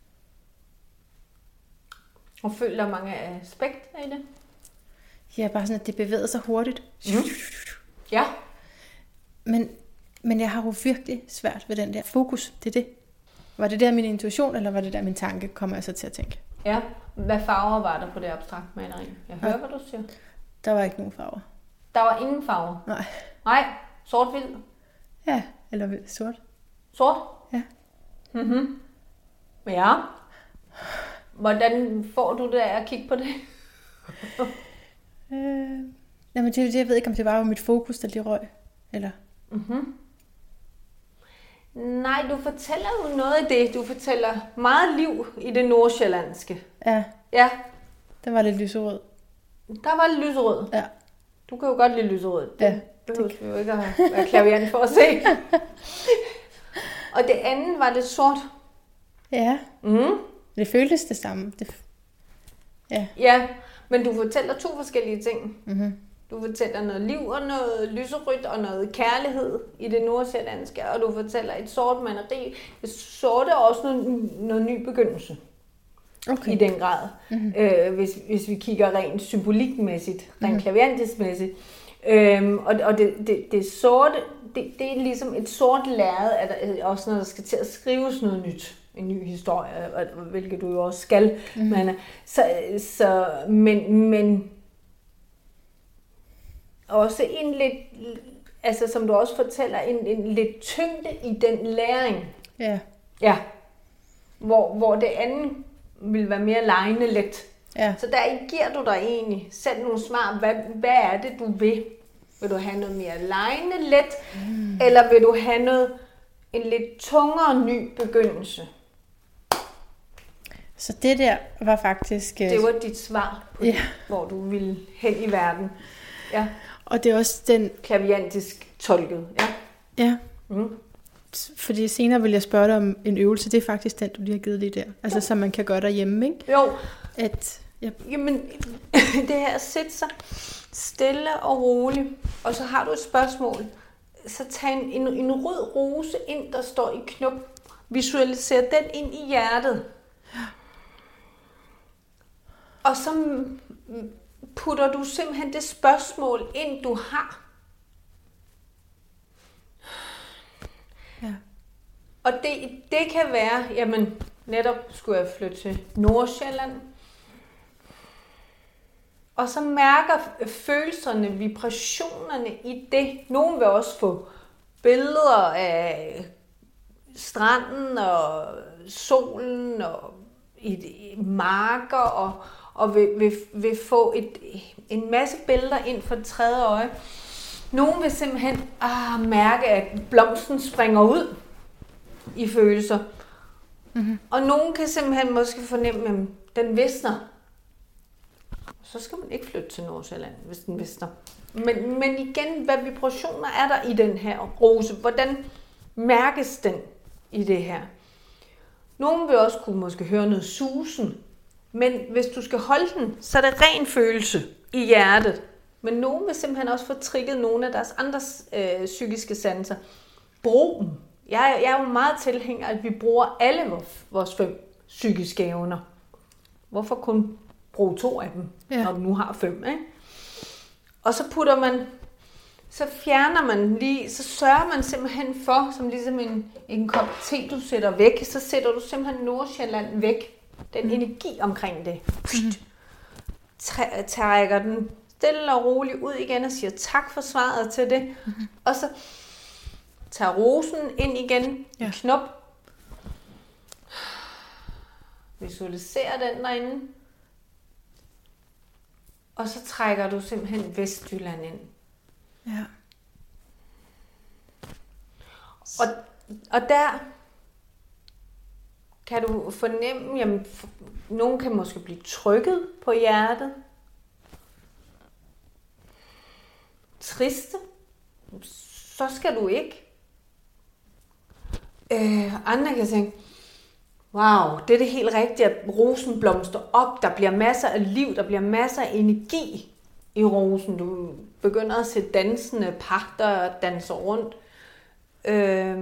Og føler mange aspekter i det? Ja, bare sådan, at det bevæger sig hurtigt. Mm. Ja. Men, men jeg har jo virkelig svært ved den der fokus. Det er det. Var det der min intuition, eller var det der min tanke, kommer jeg så til at tænke? Ja. Hvad farver var der på det abstrakt maleri? Jeg hører, ja. Hvad du siger. Der var ikke nogen farver. Der var ingen farver? Nej. Nej. Sort-hvid? Ja, eller sort. Sort? Ja. Mhm. Ja. Hvordan får du det af at kigge på det? øh, jamen, det, jeg ved ikke, om det var mit fokus, der lige røg. Eller? Mhm. Nej, du fortæller jo noget af det. Du fortæller meget liv i det nordsjællandske. Ja. Ja. Der var lidt lyserød. Der var lidt lyserød. Ja. Du kan jo godt lide lyserød. Det ja. behøver vi jo ikke at være klaviant for at se. Og det andet var lidt sort. Ja. Mm. Det føltes det samme. Det... Ja. Ja, men du fortæller to forskellige ting. Mm-hmm. Du fortæller noget liv og noget lyserødt og noget kærlighed i det nordsjællandske, og du fortæller et sort maleri. Det sorte er også noget, noget ny begyndelse. Okay. I den grad. Mm-hmm. Øh, hvis, hvis vi kigger rent symbolikmæssigt, rent mm-hmm. klaviantismæssigt. Øhm, og og det, det, det sorte, det, det er ligesom et sort lærred, at der også når der skal til at skrives noget nyt. En ny historie, hvilket du jo også skal. Mm-hmm. Men, så, så, men, men også en lidt, altså som du også fortæller, en, en lidt tyngde i den læring. Ja. Ja. Hvor, hvor det andet vil være mere legende let. Ja. Så der giver du dig egentlig selv nogle svar. Hvad, hvad er det, du vil? Vil du have noget mere legende let? Mm. Eller vil du have noget, en lidt tungere ny begyndelse? Så det der var faktisk... Det var dit svar på ja. det, hvor du ville hen i verden. Ja. Og det er også den... Klaviantisk tolket. Ja. Ja. Mm. Fordi senere vil jeg spørge dig om en øvelse. Det er faktisk den, du lige har givet lige der. Altså, jo. Som man kan gøre derhjemme, ikke? Jo. At, ja. Jamen, det her at sætte sig stille og roligt. Og så har du et spørgsmål. Så tag en, en, en rød rose ind, der står i knop. Visualiser den ind i hjertet. Og så putter du simpelthen det spørgsmål ind, du har. Ja. Og det, det kan være, jamen netop skulle jeg flytte til Nordsjælland. Og så mærker følelserne, vibrationerne i det. Nogen vil også få billeder af stranden og solen og i, i marker og og vil, vil, vil få et, en masse billeder ind for et tredje øje. Nogen vil simpelthen ah, mærke, at blomsten springer ud i følelser. Mm-hmm. Og nogen kan simpelthen måske fornemme, at den visner. Så skal man ikke flytte til Nordsjælland, hvis den visner. Men, men igen, hvad vibrationer er der i den her rose? Hvordan mærkes den i det her? Nogen vil også kunne måske høre noget susen. Men hvis du skal holde den, så er det ren følelse i hjertet. Men nogen vil simpelthen også få trigget nogle af deres andre øh, psykiske sanser. Brug dem. Jeg, jeg er jo meget tilhænger, at vi bruger alle vores fem psykiske evner. Hvorfor kun bruge to af dem, ja. Når du nu har fem, ikke? Og så putter man, så fjerner man lige, så sørger man simpelthen for, som ligesom en, en kop te, du sætter væk, så sætter du simpelthen Nordsjælland væk. Den mm. energi omkring det. Mm. Trækker den stille og roligt ud igen og siger tak for svaret til det. Mm. Og så tager rosen ind igen ja. I knop. Visualiserer den derinde. Og så trækker du simpelthen Vestjylland ind. Ja. Og, og der kan du fornemme, jamen, nogen kan måske blive trykket på hjertet. Triste. Så skal du ikke. øh, andre kan tænke, wow, det er det helt rigtige, at rosen blomster op, der bliver masser af liv, der bliver masser af energi i rosen. Du begynder at se dansende par, der danser rundt. Øh,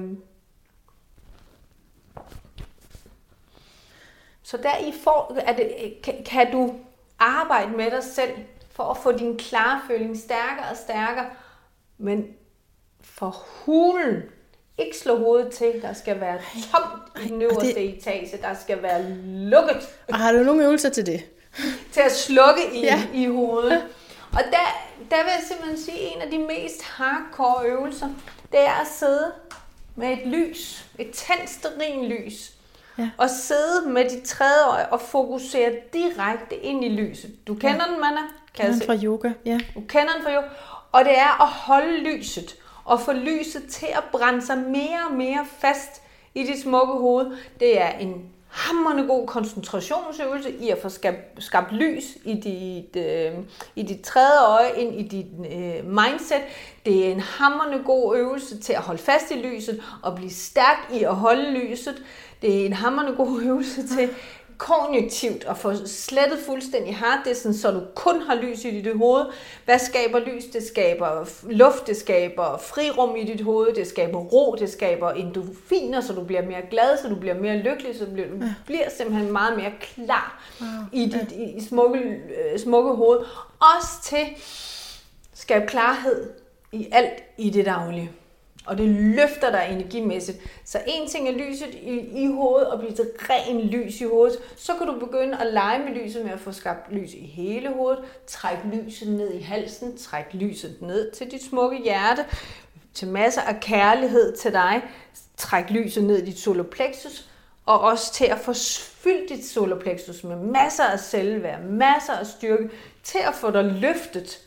så der i for, er det, kan, kan du arbejde med dig selv for at få din klarføling stærkere og stærkere, men for hulen, ikke slå hovedet til, der skal være tomt i den øverste det... etage, der skal være lukket. Og har du nogle øvelser til det? Til at slukke i, ja. i hovedet. Og der, der vil jeg simpelthen sige, at en af de mest hardcore øvelser, det er at sidde med et lys, et tændt stearinlys, ja. Og sidde med dit tredje øje og fokusere direkte ind i lyset. Du kender ja. den, Manna? Kender den fra yoga, ja. Du kender den fra yoga. Og det er at holde lyset, og få lyset til at brænde sig mere og mere fast i dit smukke hoved. Det er en hamrende god koncentrationsøvelse i at få skabt, skabt lys i dit, øh, i dit tredje øje, ind i dit øh, mindset. Det er en hamrende god øvelse til at holde fast i lyset og blive stærk i at holde lyset. Det er en hamrende god øvelse til kognitivt at få slettet fuldstændig harddisken, så du kun har lys i dit hoved. Hvad skaber lys? Det skaber luft, det skaber frirum i dit hoved, det skaber ro, det skaber endorfiner, så du bliver mere glad, så du bliver mere lykkelig, så du bliver, du bliver simpelthen meget mere klar wow. i dit i, i smukke, øh, smukke hoved. Også til at skabe klarhed i alt i det daglige. Og det løfter dig energimæssigt. Så en ting er lyset i, i hovedet, og blive til ren lys i hovedet. Så kan du begynde at lege med lyset med at få skabt lys i hele hovedet. Træk lyset ned i halsen. Træk lyset ned til dit smukke hjerte. Til masser af kærlighed til dig. Træk lyset ned i dit solarplexus. Og også til at få fyldt dit solarplexus med masser af selvværd, masser af styrke. Til at få dig løftet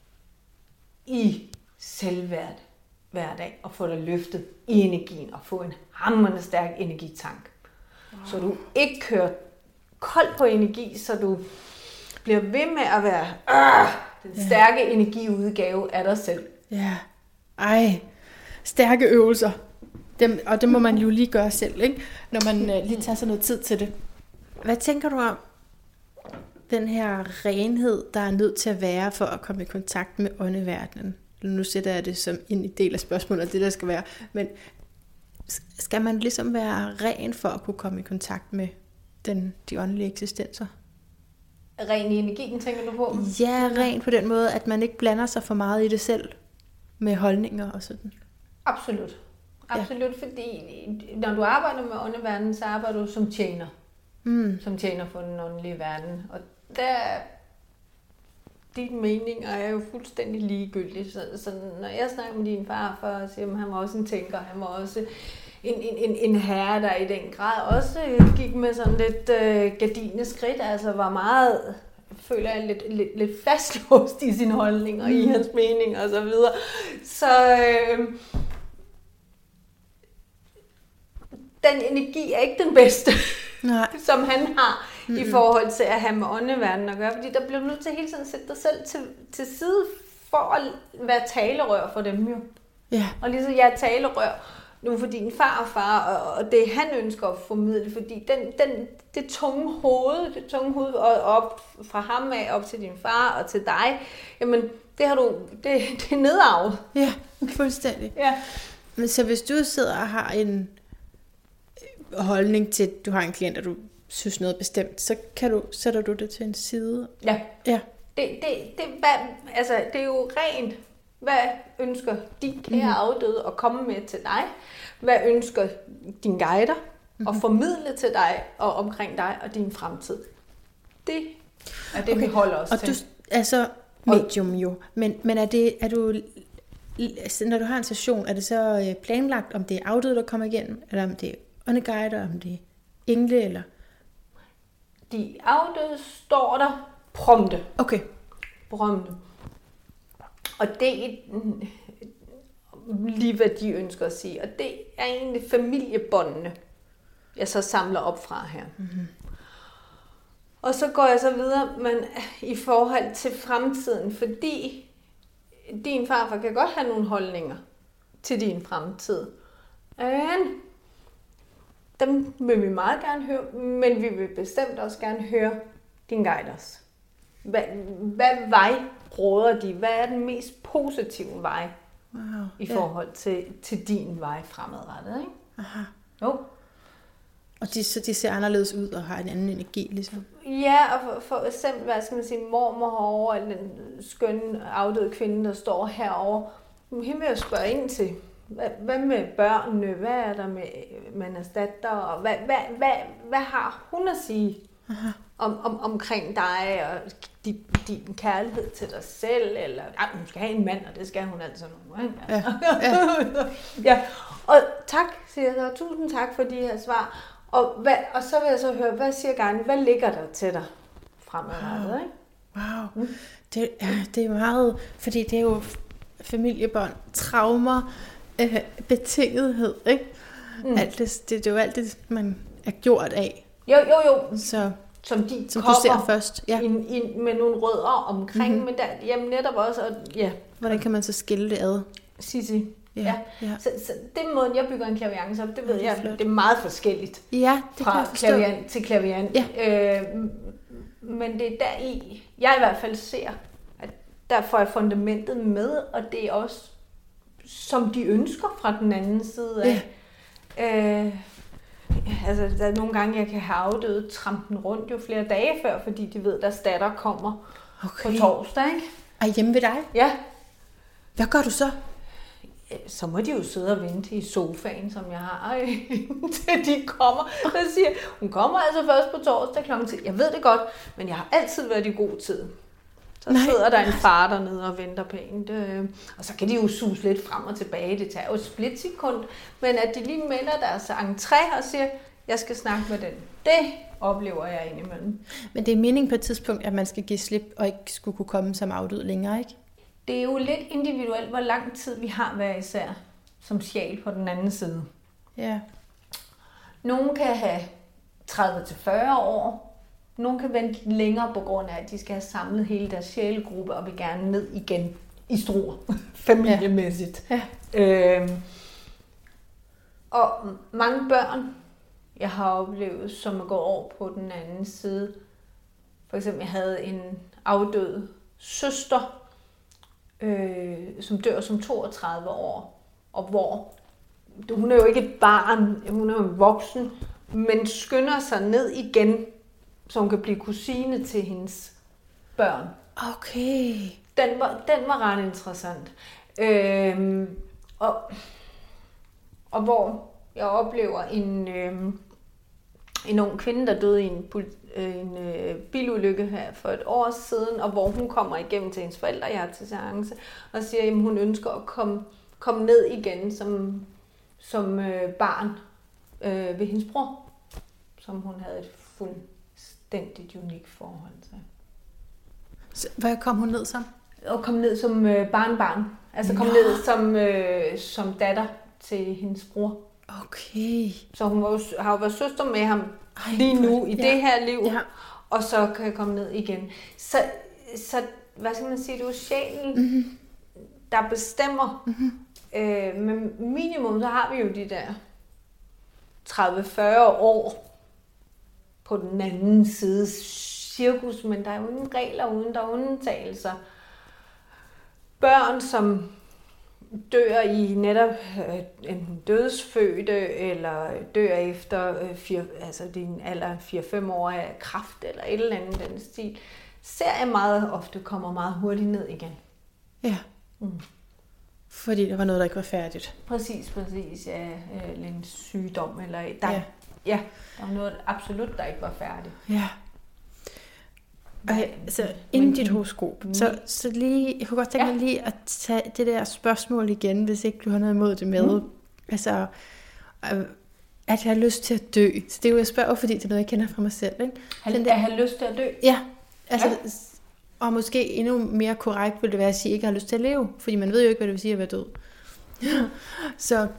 i selvværd hver dag, og få dig løftet i energien, og få en hamrende stærk energitank. Wow. Så du ikke kører koldt på energi, så du bliver ved med at være øh, den stærke ja. energiudgave af dig selv. Ja, ej, stærke øvelser. Dem, og det må man jo lige gøre selv, ikke? Når man øh, lige tager sig noget tid til det. Hvad tænker du om den her renhed, der er nødt til at være for at komme i kontakt med åndeverdenen? Nu sætter jeg det som en del af spørgsmålet, det der skal være. Men skal man ligesom være ren for at kunne komme i kontakt med den, de åndelige eksistenser? Ren i energien, tænker du på? Ja, ren på den måde, at man ikke blander sig for meget i det selv, med holdninger og sådan. Absolut. Absolut, ja. Fordi når du arbejder med åndeverdenen, så arbejder du som tjener. Mm. Som tjener for den åndelige verden. Og der... Dine meninger er jo fuldstændig ligegyldige. Så, så når jeg snakker med din far, for at sige, at han var også en tænker, han var også en, en, en, en herre, der i den grad også gik med sådan lidt øh, gardineskridt, altså var meget, føler jeg, lidt, lidt, lidt fastlåst i sine holdninger, mm. i hans meninger og så videre. Så øh, den energi er ikke den bedste, nej. Som han har. Mm-hmm. I forhold til at have med åndeverdenen at gøre, fordi der bliver du nødt til hele tiden at sætte dig selv til, til side for at være talerør for dem jo. Yeah. Og ligesom jeg er talerør nu for din far og far, og, og det han ønsker at formidle, fordi den, den, det tunge hoved, det tunge hoved og op fra ham af op til din far og til dig, jamen det har du, det, det er nedarvet. Ja, fuldstændig. Ja. Men så hvis du sidder og har en holdning til, at du har en klient, og du synes noget bestemt, så kan du, sætter du det til en side. Ja. Ja. Det, det, det, hvad, altså, det er jo rent, hvad ønsker din kære mm-hmm. afdøde at komme med til dig? Hvad ønsker din guider mm-hmm. at formidle til dig og omkring dig og din fremtid? Det er det, okay. vi holder os og til. Og du er så medium jo, men, men er, det, er du, når du har en session, er det så planlagt, om det er afdøde, der kommer igennem, eller om det er åndeguider, om det er engle, eller... De afdøde står der prompte. Okay. Prompte. Og det er lige hvad de ønsker at sige. Og det er egentlig familiebåndene, jeg så samler op fra her. Mm-hmm. Og så går jeg så videre, men i forhold til fremtiden, fordi din farfar kan godt have nogle holdninger til din fremtid. Men dem vil vi meget gerne høre, men vi vil bestemt også gerne høre din guiders. Hvad, hvad vej råder de? Hvad er den mest positive vej wow, i forhold ja. til, til din vej fremadrettet? Ikke? Aha. Jo. Og de, så de ser anderledes ud og har en anden energi, ligesom? Ja, og for, for eksempel, hvad skal man sige, mormor herovre, eller den skønne afdøde kvinde, der står herovre, hende vil jeg spørge ind til. Hvad, hvad med børnene? Hvad er der med Mannas datter? Og hvad, hvad, hvad, hvad har hun at sige om, om, omkring dig og din, din kærlighed til dig selv? Eller, ja, hun skal have en mand, og det skal hun altså nu. Ikke? Ja. Ja. Ja. Og tak, siger jeg så. Tusind tak for de her svar. Og, hvad, og så vil jeg så høre, hvad siger Garni? Hvad ligger der til dig fremadrettet? Wow. Ikke? Wow. Mm. Det, ja, det er meget, fordi det er jo familiebånd, traumer, øh, betingethed, ikke? Mm. Alt det, det, det er jo alt det, man er gjort af. Jo, jo, jo. Så, som de som kommer du ser først. Ja. ind, ind med nogle rødder omkring, mm-hmm. men der, jamen netop også, og, ja. Hvordan kan man så skille det ad? Sissi. Ja, ja. ja. Så, så den måde, jeg bygger en klaviance op, det ved ja, det jeg, flot. det er meget forskelligt. Ja, det fra kan jeg forstå. klaviant til klaviant. Ja. Øh, men det er der i, jeg i hvert fald ser, at der får jeg fundamentet med, og det er også, som de ønsker fra den anden side af. Ja. Øh, altså, der er nogle gange, jeg kan have afdøde trampen rundt jo flere dage før, fordi de ved, at deres datter kommer okay. på torsdag, ikke? Er hjemme ved dig? Ja. Hvad gør du så? Så må de jo sidde og vente i sofaen, som jeg har, til de kommer. Så siger hun kommer altså først på torsdag klokken ti. Jeg ved det godt, men jeg har altid været i god tid. Så Nej. sidder der en far dernede og venter pænt. Og så kan de jo suse lidt frem og tilbage. Det tager jo et splitsekund. Men at de lige melder deres entré og siger, jeg skal snakke med den. Det oplever jeg indimellem. Men det er meningen på et tidspunkt, at man skal give slip og ikke skulle kunne komme som afdød længere, ikke? Det er jo lidt individuelt, hvor lang tid vi har hver især som sjæl på den anden side. Ja. Nogle kan have tredive til fyrre år. Nogle kan vente længere på grund af, at de skal have samlet hele deres sjælegruppe og vil gerne ned igen i Struer, familiemæssigt. Ja. Ja. Øhm, og mange børn, jeg har oplevet, som er gået over på den anden side. For eksempel, jeg havde en afdød søster, øh, som dør som toogtredive år, og hvor hun er jo ikke et barn, hun er jo en voksen, men skynder sig ned igen, så hun kan blive kusine til hendes børn. Okay. Den var, den var ret interessant. Øhm, og, og hvor jeg oplever en, øhm, en ung kvinde, der døde i en, en øh, bilulykke her for et år siden, og hvor hun kommer igennem til hendes forældre, jeg har til seance, og siger, at hun ønsker at komme, komme ned igen som, som øh, barn øh, ved hendes bror, som hun havde et fuldstændigt unikt forhold til. Så, hvad kom hun ned som? Og kom ned som øh, barnbarn. Altså kom Nå. ned som, øh, som datter til hendes bror. Okay. Så hun var jo, har jo været søster med ham Ej, lige nu i ja. det her liv. Ja. Og så kan jeg komme ned igen. Så, så hvad skal man sige, det er jo sjælen, mm-hmm. der bestemmer. Mm-hmm. Øh, men minimum, så har vi jo de der tredive til fyrre år på den anden side cirkus, men der er jo ingen regler uden, der er undtagelser. Børn, som dør i netop en dødsfødte, eller dør efter fire, altså din alder fire til fem år af kræft, eller et eller andet den stil, ser jeg meget ofte kommer meget hurtigt ned igen. Ja. Mm. Fordi der var noget, der ikke var færdigt. Præcis, præcis. Ja, eller en sygdom, eller der, ja. ja, der var noget absolut, der ikke var færdigt. Ja. Okay, så inden dit horoskop, mm. så, så lige, jeg kunne godt tænke ja. mig lige at tage det der spørgsmål igen, hvis ikke du har noget imod det med. Mm. Altså, at jeg har lyst til at dø. Så det er jo, jeg spørger, fordi det er noget, jeg kender fra mig selv. Ikke? Den der, at have lyst til at dø? Ja, altså, ja. Og måske endnu mere korrekt vil det være at sige, at jeg ikke har lyst til at leve. Fordi man ved jo ikke, hvad det vil sige at være død. så...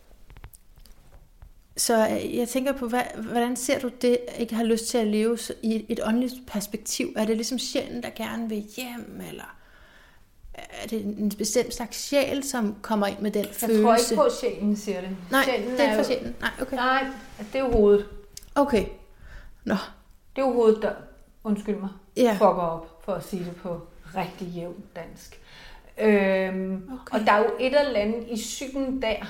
Så jeg tænker på, hvad, hvordan ser du det, at ikke har lyst til at leve i et åndeligt perspektiv? Er det ligesom sjælen, der gerne vil hjem, eller er det en bestemt slags sjæl, som kommer ind med den jeg følelse? Jeg tror ikke på, at sjælen siger det. Nej, sjælen det er ikke jo... for sjælen. Nej, okay. Nej, det er jo hovedet. Okay. Nå. Det er jo hovedet, der, undskyld mig, ja. fucker op, for at sige det på rigtig jævn dansk. Øhm, okay. Og der er jo et eller andet i psyken der,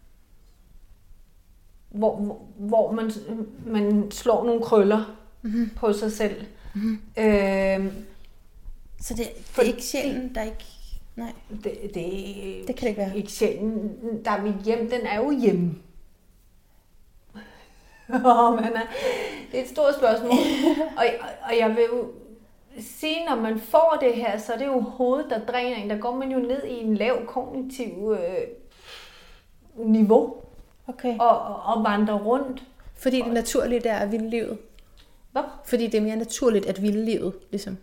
hvor, hvor, hvor man, man slår nogle krøller mm-hmm. på sig selv. Mm-hmm. Øhm, Så det, det er ikke sjælen, der ikke... Nej, det, det, det kan det ikke være. Ikke sjælen, der er mit hjem, den er jo hjemme. oh, man er, det er et stort spørgsmål. og, og jeg vil jo sige, når man får det her, så er det jo hovedet, der dræner en. Der går man jo ned i en lav kognitiv øh, niveau. Okay. Og, og, og vandrer rundt. Fordi det naturlige der er vildlivet. Hvad? Fordi det er mere naturligt at vildlivet, ligesom.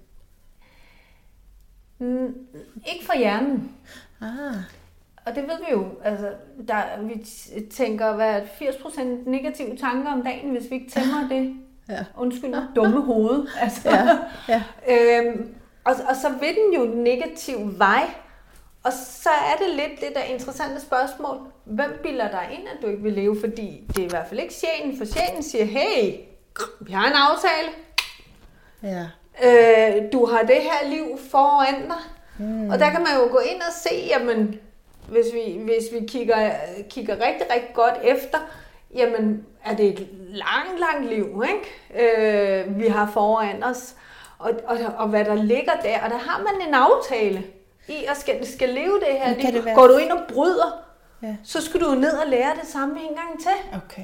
Mm, ikke for hjernen. Ah. Og det ved vi jo. Altså, der, vi tænker, hvad firs procent negative tanker om dagen, hvis vi ikke tæmmer det. Ja. Undskyld mig, dumme hoved. Altså. Ja. Ja. øhm, og, og så vil den jo negativ vej. Og så er det lidt det der interessante spørgsmål. Hvem bilder dig ind, at du ikke vil leve? Fordi det er i hvert fald ikke sjælen, for sjælen siger, hey, vi har en aftale. Ja. Øh, du har det her liv foran dig. Mm. Og der kan man jo gå ind og se, jamen, hvis vi, hvis vi kigger, kigger rigtig, rigtig godt efter, jamen, er det et langt, langt liv, ikke? Øh, vi har foran os. Og, og, og hvad der ligger der, og der har man en aftale i at skal, skal leve det her liv. Det være... Går du ind og bryder, ja. Så skal du ned og lære det samme en gang til. Okay.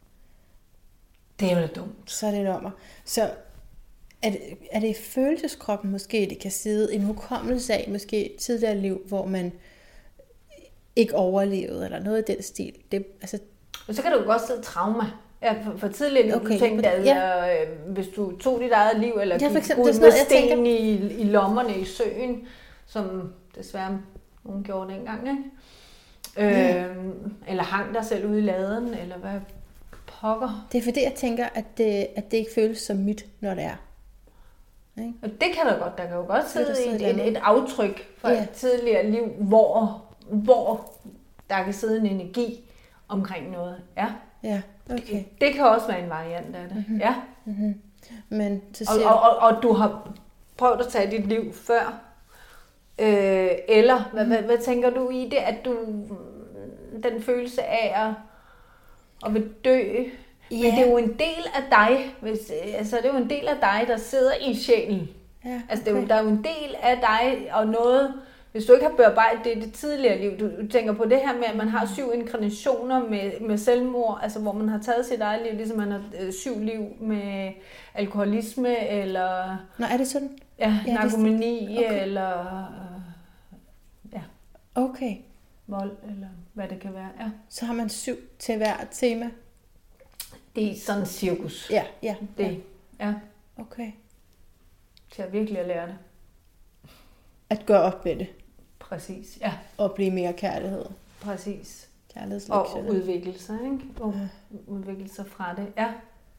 Det er jo dumt. Så er det dommer. Så er det, er det i følelseskroppen måske, det kan sidde en hukommelse af måske et tidligere liv, hvor man ikke overlevede, eller noget i den stil. Det, altså... Og så kan du jo godt sidde trauma. Ja, for, for tidligere okay, du tænkte, at ja. øh, hvis du tog dit eget liv, eller ja, gik eksempel, ud med sten tænker... i, i lommerne i søen, som desværre nogen gjorde dengang, ikke? Ja. Øh, eller hang dig selv ude i laden, eller hvad pokker. Det er fordi, jeg tænker, at det, at det ikke føles som mit, når det er. Ikke? Og det kan der godt. Der kan jo godt sidde et, et, et aftryk fra ja. et tidligere liv, hvor, hvor der kan sidde en energi omkring noget. Ja. Ja, okay. Det, det kan også være en variant af det. Mm-hmm. Ja. Mm-hmm. Men så siger og, og, og, og du har prøvet at tage dit liv før. Øh, eller, mm-hmm. hvad, hvad, hvad tænker du i det, at du den følelse af at, at vil dø? Ja. Men det er jo en del af dig, hvis, altså det er jo en del af dig, der sidder i sjælen. Ja, okay. Altså det er jo, der er jo en del af dig og noget, hvis du ikke har bearbejdet det i det tidligere liv, du, du tænker på det her med, at man har syv inkarnationer med, med selvmord, altså hvor man har taget sit eget liv, ligesom man har øh, syv liv med alkoholisme, eller Nå, er det sådan? Ja, ja narkomani, okay. eller øh, ja, okay. vold, eller hvad det kan være. Ja. Så har man syv til hver tema? Det er sådan en cirkus. Ja, ja. Det, ja. Okay. Til at virkelig at lære det. At gøre op med det. Præcis, ja. Og blive mere kærlighed. Præcis. Kærlighedslektioner. Og udvikle sig, ikke? Og ja. udvikle sig fra det, ja.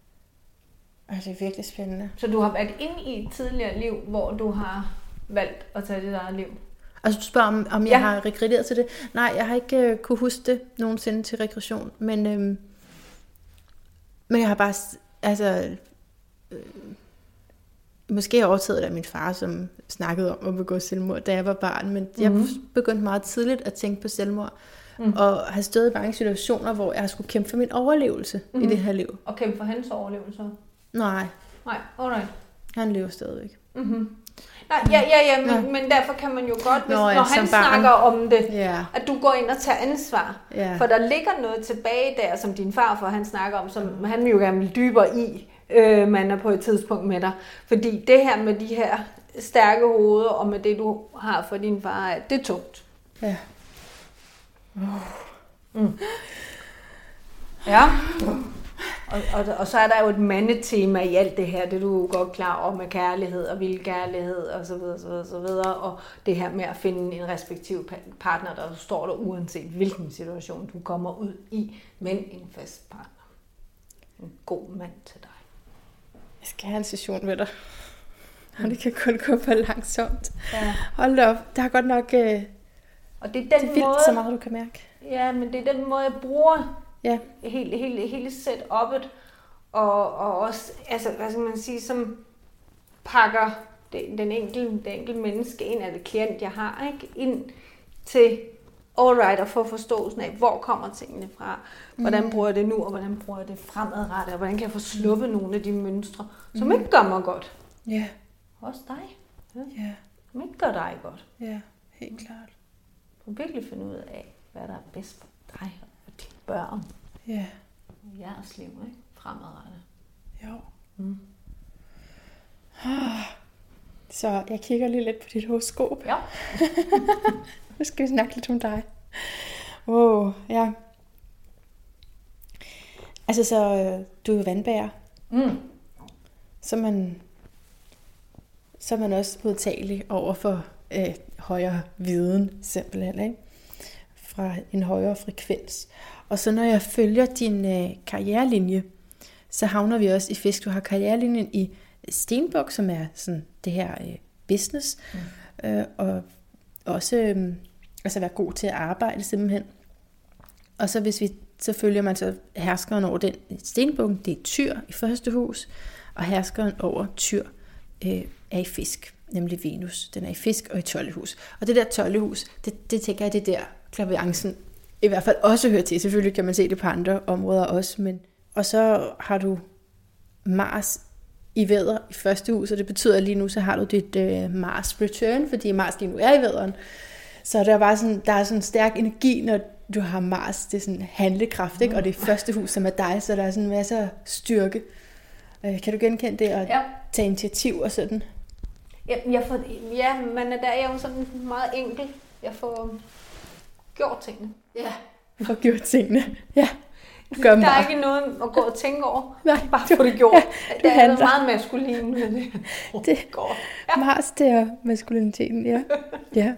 Og det er virkelig spændende. Så du har været inde i et tidligere liv, hvor du har valgt at tage dit eget liv? Altså du spørger, om, om jeg ja. har regrederet til det? Nej, jeg har ikke øh, kunne huske det nogensinde til regression, men, øhm, men jeg har bare, altså, øh, måske har jeg overtaget det af min far, som snakkede om at begå selvmord, da jeg var barn, men mm-hmm. jeg begyndte meget tidligt at tænke på selvmord, mm. og har stået i mange situationer, hvor jeg skulle kæmpe for min overlevelse mm-hmm. i det her liv. Og kæmpe for hans overlevelse? Nej. Nej, alright. Han lever stadigvæk. Mm-hmm. Nej, ja, ja, ja, men, ja, men derfor kan man jo godt, hvis, Nå, ja, når han snakker om det, ja. at du går ind og tager ansvar. Ja. For der ligger noget tilbage der, som din farfar han snakker om, som mm. han jo gerne vil dybere i, øh, man er på et tidspunkt med dig. Fordi det her med de her stærke hoveder, og med det du har for din far, det er tungt. Ja. Oh. Mm. Ja. Og, og, og så er der jo et mandetema i alt det her, det du er godt klar over med kærlighed og vildkærlighed og så videre, så videre, så videre. Og det her med at finde en respektiv partner, der står der uanset hvilken situation du kommer ud i, men en fast partner. En god mand til dig. Jeg skal have en session med dig. Og det kan kun gå for langsomt. Ja. Hold da op, der er godt nok... Øh, og det er den det er vildt, måde, så meget du kan mærke. Ja, men det er den måde, jeg bruger ja. hele, hele, hele setup'et. Og, og også, altså, hvad skal man sige, som pakker den, den enkelte, den enkelte menneske ind, eller klient, jeg har, ikke, ind til alright, og få forståelsen af, hvor kommer tingene fra, hvordan bruger jeg det nu, og hvordan bruger jeg det fremadrettet, og hvordan kan jeg få sluppet nogle af de mønstre, som mm. ikke gør mig godt. Ja. Også dig. Ja. Ja. Som ikke gør dig godt. Ja, helt klart. Du må virkelig finde ud af, hvad der er bedst for dig og dine børn. Ja. Og jeres liv, ikke? Fremadrettet. Jo. Mm. Så jeg kigger lige lidt på dit horoskop. Ja. Nu skal vi snakke lidt om dig. Wow, ja. Altså, så du er jo vandbærer. Mm. Så er man, så er man også modtagelig over for øh, højere viden, simpelthen, ikke? Fra en højere frekvens. Og så når jeg følger din øh, karrierelinje, så havner vi også i fisk. Du har karrierelinjen i Stenbuk, som er sådan det her øh, business, mm. øh, og også øh, altså være god til at arbejde simpelthen. Og så hvis vi så følger man så herskeren over den stenbukken, det er Tyr i første hus, og herskeren over Tyr øh, er i fisk, nemlig Venus. Den er i fisk og i tolvte hus. Og det der tolvte hus, det, det tænker jeg, det der klaviancen i hvert fald også hører til. Selvfølgelig kan man se det på andre områder også, men og så har du Mars i vædder i første hus, og det betyder, at lige nu så har du dit øh, Mars return, fordi Mars lige nu er i vædderen. Så der er bare sådan, der er sådan en stærk energi, når du har Mars, det er sådan handlekraft, ikke? Og det er første hus, som er dig, så der er sådan en masse af styrke. Øh, kan du genkende det og ja. tage initiativ og sådan? Ja, jeg får, ja, men der er jo sådan meget enkel. Jeg får gjort tingene. Ja. Jeg får gjort tingene. Ja. Gør der meget. er ikke noget at gå og tænke over. Nej, bare få det gjort. Ja, det er meget maskulin med det. Oh, det ja. Mars, det er maskuliniteten, ja. ja.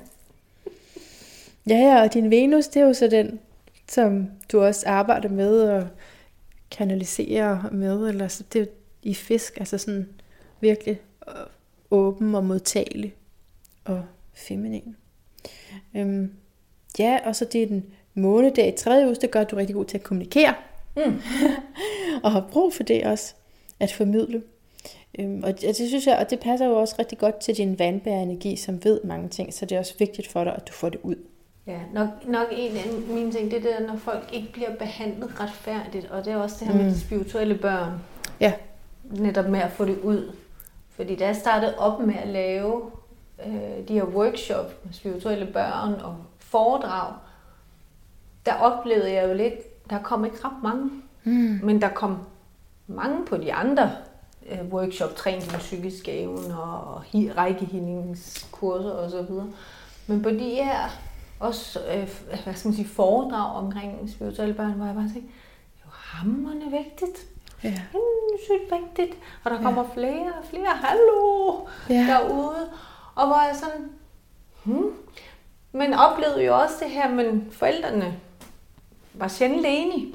Ja, ja, og din Venus, det er jo så den, som du også arbejder med og kanaliserer med, eller så det er jo i fisk, altså sådan virkelig åben og modtagelig og feminin. Øhm, ja, og så det er den månedag i tredje hus, det gør, at du er rigtig god til at kommunikere. Mm. og har brug for det også, at formidle. Øhm, og det synes jeg, og det passer jo også rigtig godt til din vandbærenergi, som ved mange ting, så det er også vigtigt for dig, at du får det ud. Ja, nok, nok en af mine ting, det er det, når folk ikke bliver behandlet retfærdigt, og det er også det her mm. med de spirituelle børn. Ja. Netop med at få det ud. Fordi da jeg startede op med at lave øh, de her workshop med spirituelle børn og foredrag, der oplevede jeg jo lidt, der kom ikke ret mange, mm. men der kom mange på de andre øh, workshop, træning med psykisk evne og rækkehealingskurser og så videre. Men på de her også, øh, hvad skal man sige, foredrag omkring spirituelle børn, hvor jeg bare tænkte, det er jo hamrende vigtigt. Ja. Sindssygt vigtigt. Og der kommer ja. flere og flere, hallo, ja. derude. Og hvor jeg sådan, hmm. men oplevede jo også det her, men forældrene var sjældent enige.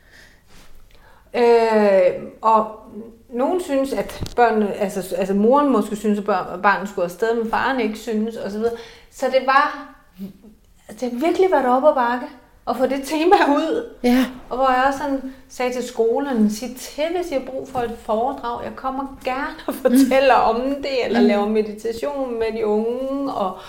Øh, og nogen synes, at børnene, altså, altså moren måske synes, at barnet skulle afsted, men faren ikke synes, og så videre. Så det var, det har virkelig været op ad bakke at få det tema ud. Ja. Og hvor jeg også sådan sagde til skolerne, sig til, hvis jeg har brug for et foredrag, jeg kommer gerne og fortæller mm. om det, eller mm. laver meditation med de unge, og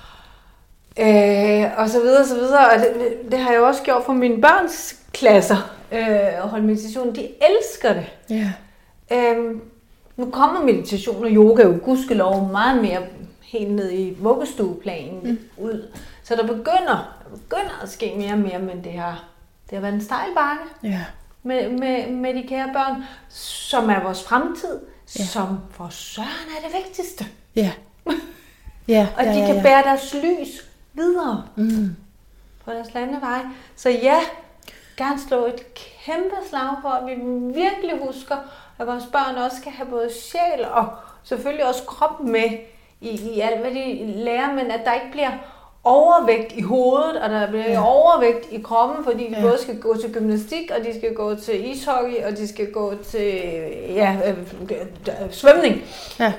Øh, og så videre, så videre. Og det, det har jeg også gjort for mine børns klasser, øh, og holde meditation. De elsker det. Yeah. Øh, nu kommer meditation og yoga jo gudskelov meget mere helt ned i vuggestueplanen mm. ud. Så der begynder, der begynder at ske mere og mere, men det har, det har været en stejl bakke yeah. med, med, med de kære børn, som er vores fremtid, yeah. som for søren er det vigtigste. Ja. Yeah. Og ja, de ja, kan ja. bære deres lys videre mm. på deres landevej. Så ja, gerne slå et kæmpe slag for, at vi virkelig husker, at vores børn også skal have både sjæl og selvfølgelig også krop med i, i alt, hvad de lærer, men at der ikke bliver overvægt i hovedet, og der bliver ja. overvægt i kroppen, fordi de ja. både skal gå til gymnastik, og de skal gå til ishockey, og de skal gå til ja, øh, øh, svømning. Ja.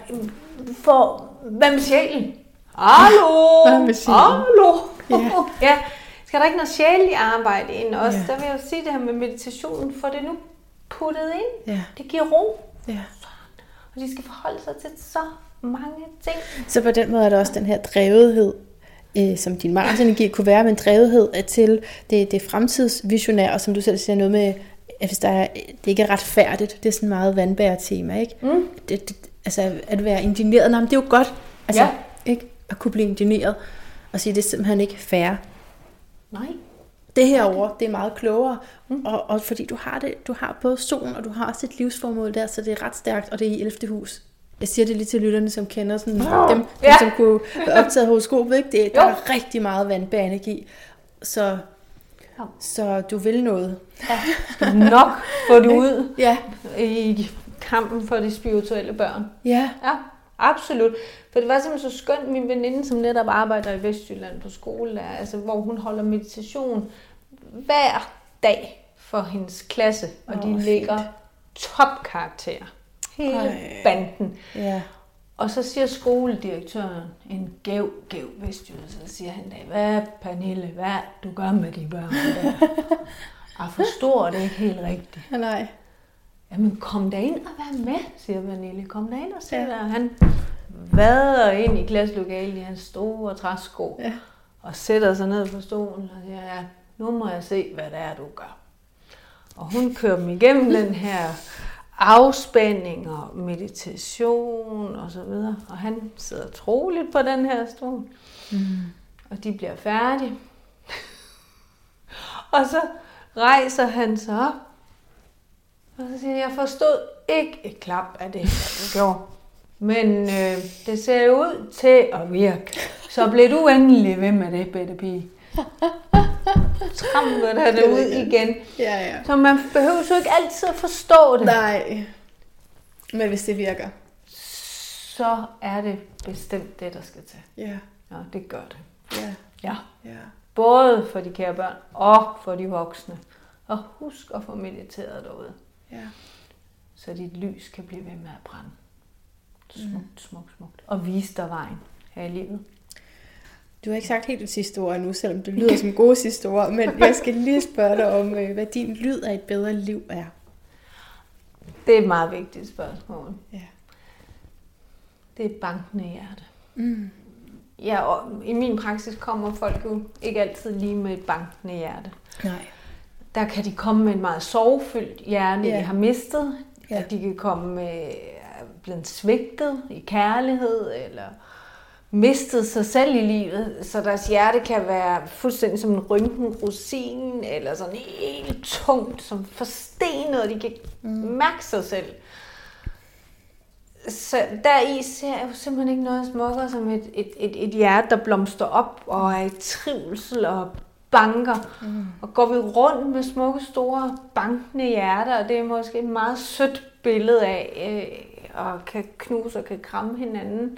For hvad med sjælen? Hallo! Hvad med sjælen? Hallo! Ja. ja. Skal der ikke noget sjældent arbejde ind også? Ja. Der vil jeg jo sige det her med meditationen, for det nu puttet ind. Ja. Det giver ro. Ja. Og de skal forholde sig til så mange ting. Så på den måde er der også den her drevethed, øh, som din Mars-energi kunne være, men drevethed er til det, det fremtidsvisionære, og som du selv siger, noget med, at hvis der er, det ikke er retfærdigt. Det er sådan meget vandbærer-tema, ikke? Mm. Det, det, altså at være indigneret, nej, men det er jo godt. Altså, ja. Ikke? At kunne blive indigneret og sige, det er simpelthen ikke fair. Nej. Det herovre, det er meget klogere, mm. og, og fordi du har det, du har både solen, og du har også et livsformål der, så det er ret stærkt, og det er i ellevte hus. Jeg siger det lige til lytterne, som kender sådan, oh, dem, ja. dem, som kunne optage horoskopet, ikke? Det, der er rigtig meget vandbærenergi, så, ja. så du vil noget. Ja. Skal nok få det ud ja. i kampen for de spirituelle børn. Ja. Ja, absolut. For det var simpelthen så skønt, min veninde, som netop arbejder i Vestjylland på skole, der, altså, hvor hun holder meditation hver dag for hendes klasse, og oh, de ligger topkarakterer. Hele Ej. banden. Ja. Og så siger skoledirektøren, en gæv, gæv Vestjylland, så siger han, hvad Pernille, hvad du gør med de børn der? Jeg forstår det ikke helt rigtigt. Nej. Jamen kom derind og vær med, siger Pernille. Kom derind og se ja. der. Han vader ind i klasselokalet i hans store træsko ja. og sætter sig ned på stolen og siger, ja, nu må jeg se, hvad det er, du gør. Og hun kører dem igennem den her afspænding og meditation og så videre. Og han sidder troligt på den her stol. Mm. Og de bliver færdige. Og så rejser han sig op. Og så siger jeg, jeg forstod ikke et klap af det, du gjorde. Men øh, det ser ud til at virke. Så bliver du endelig ved med det, bedte pige. Tramper der det ud igen. Ja, ja. Så man behøver jo ikke altid at forstå det. Nej. Men hvis det virker, så er det bestemt det, der skal til. Ja. Ja, det gør det. Ja. Ja. Ja. Både for de kære børn og for de voksne. Og husk at få mediteret derude. Ja. Så dit lys kan blive ved med at brænde. Smukt, mm. smukt, smukt. Og vise dig vejen her i livet. Du har ikke sagt helt det sidste ord endnu, selvom det lyder som gode sidste ord, men jeg skal lige spørge dig om, hvad din lyd af et bedre liv er. Det er et meget vigtigt spørgsmål. Ja. Det er et bankende hjerte. Mm. Ja, og i min praksis kommer folk jo ikke altid lige med et bankende hjerte. Nej. Der kan de komme med et meget sorgfyldt hjerte, ja. de har mistet. Ja. De kan komme med blevet svigtet i kærlighed, eller mistet sig selv i livet, så deres hjerte kan være fuldstændig som en rynken rosin, eller sådan helt tungt, som forstenet, og de kan mm. mærke sig selv. Så deri ser jeg jo simpelthen ikke noget smukkere som et, et, et, et hjerte, der blomster op og er i trivsel og banker. Mm. Og går vi rundt med smukke, store, bankende hjerter, og det er måske et meget sødt billede af, øh, og kan knuse og kan kramme hinanden.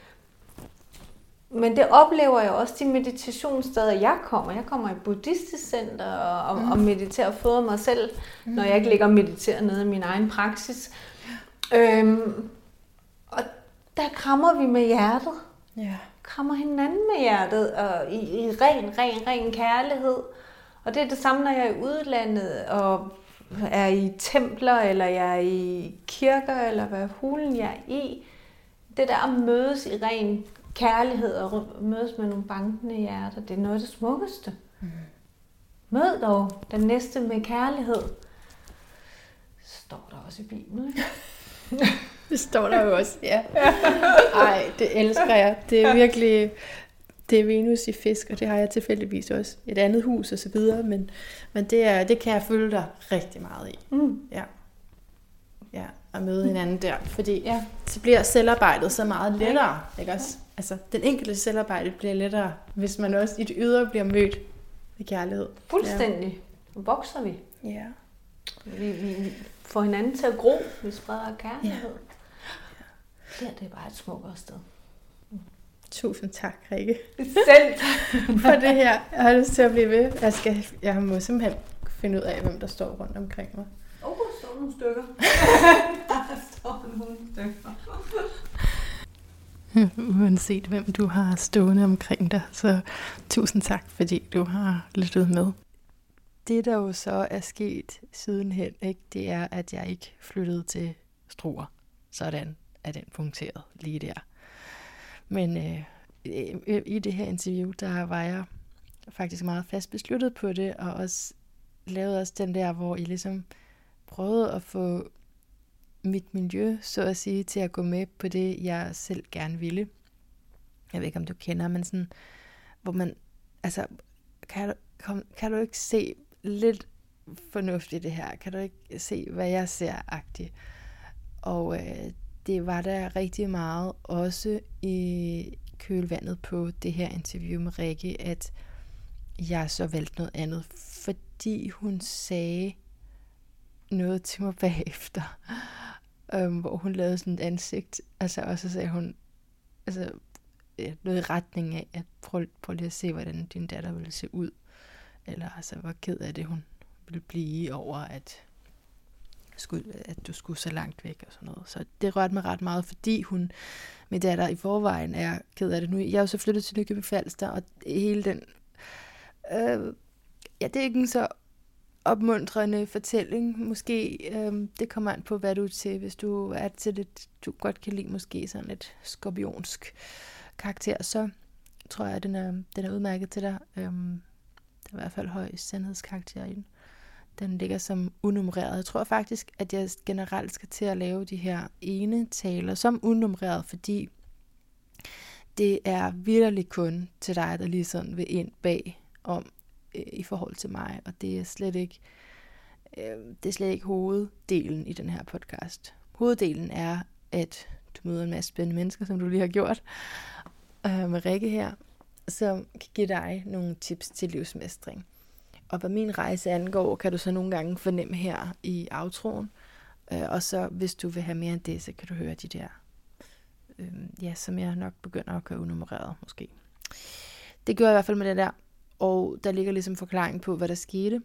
Men det oplever jeg også de meditationssteder, jeg kommer. Jeg kommer i et buddhistisk center og, mm. og mediterer og føder mig selv, mm. når jeg ikke ligger og mediterer nede i min egen praksis. Øhm, og der krammer vi med hjertet. Ja. Krammer hinanden med hjertet og i, i ren, ren, ren kærlighed. Og det er det samme, når jeg er i udlandet og er i templer, eller jeg er i kirker, eller hvad hulen jeg er i. Det der at mødes i ren kærlighed og mødes med nogle bankende hjerter, det er noget af det smukkeste. Mm. Mød dog den næste med kærlighed. Står der også i Bibelen, ikke? Det står der jo også, ja. Ej, det elsker jeg. Det er virkelig, det er Venus i fisk, og det har jeg tilfældigvis også. Et andet hus og så videre, men, men det, er, det kan jeg følge dig rigtig meget i. Mm. Ja. Ja, at møde hinanden der, fordi ja. så bliver selvarbejdet så meget lettere, ikke også? Altså, den enkelte selvarbejde bliver lettere, hvis man også i det ydre bliver mødt med kærlighed. Fuldstændig. Ja. Vokser vi. Ja. Vi, vi får hinanden til at gro, vi spreder kærlighed. Ja. Ja. Det er bare et smukkere sted. Mm. tusind tak, Rikke. Selv tak. For det her. Jeg har lyst til at blive ved. Jeg, skal, jeg må simpelthen finde ud af, hvem der står rundt omkring mig. Åh, oh, der står nogle stykker. Der står nogle stykker. Uanset hvem du har stående omkring dig, så tusind tak, fordi du har lyttet med. Det, der jo så er sket sidenhen, ikke, det er, at jeg ikke flyttede til Struer. Sådan er den punkteret lige der. Men øh, i det her interview, der var jeg faktisk meget fast besluttet på det, og også lavede også den der, hvor I ligesom prøvede at få mit miljø, så at sige, til at gå med på det, jeg selv gerne ville. Jeg ved ikke, om du kender, men sådan, hvor man, altså, kan du, kom, kan du ikke se lidt fornuftigt det her? Kan du ikke se, hvad jeg ser-agtigt? Og øh, det var der rigtig meget, også i kølvandet på det her interview med Rikke, at jeg så valgte noget andet, fordi hun sagde noget til mig bagefter, øhm, hvor hun lavede sådan et ansigt, altså, og så sagde hun altså, noget i retning af, at prøv, prøv lige at se, hvordan din datter ville se ud, eller altså, hvor ked af det, hun ville blive over, at, skulle, at du skulle så langt væk og sådan noget. Så det rørte mig ret meget, fordi hun, min datter i forvejen, er ked af det nu. Jeg er jo så flyttet til Nykøbing Falster, og hele den, øh, ja, det er ikke en så opmuntrende fortælling. Måske, øhm, det kommer an på, hvad du er til. Hvis du er til det, du godt kan lide måske sådan et skorpionsk karakter, så tror jeg, at den er, den er udmærket til dig. Øhm, der er i hvert fald høj sandhedskarakter i den. Den ligger som unummereret. Jeg tror faktisk, at jeg generelt skal til at lave de her ene taler som unummereret, fordi det er virkelig kun til dig, der lige sådan vil ind bag om i forhold til mig, og det er slet ikke øh, det er slet ikke hoveddelen i den her podcast. Hoveddelen er, at du møder en masse spændende mennesker, som du lige har gjort øh, med Rikke her, som kan give dig nogle tips til livsmestring. Og hvad min rejse angår, kan du så nogle gange fornemme her i outroen, øh, og så hvis du vil have mere end det, så kan du høre de der, øh, ja, som jeg nok begynder at gøre unummereret måske. Det gjorde jeg i hvert fald med det der. Og der ligger ligesom forklaring på, hvad der skete.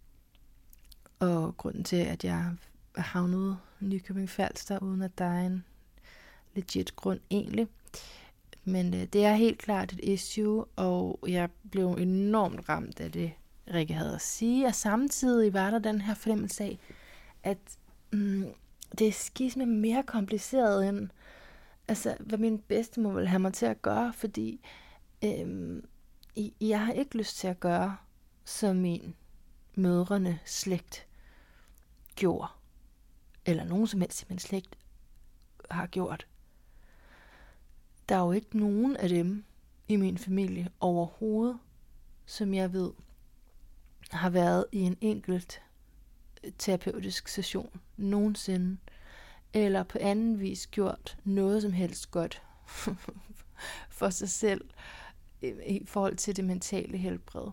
Og grunden til, at jeg havnede i Nykøbing Falster, uden at der er en legit grund egentlig. Men øh, det er helt klart et issue, og jeg blev enormt ramt af det, Rikke havde at sige. Og samtidig var der den her fornemmelse af, at mm, det er skisme mere kompliceret end, altså, hvad min bedstemor ville have mig til at gøre, fordi Øh, jeg har ikke lyst til at gøre, som min mødrene slægt gjorde. Eller nogen som helst i min slægt har gjort. Der er jo ikke nogen af dem i min familie overhovedet, som jeg ved, har været i en enkelt terapeutisk session nogensinde. Eller på anden vis gjort noget som helst godt for sig selv i forhold til det mentale helbred.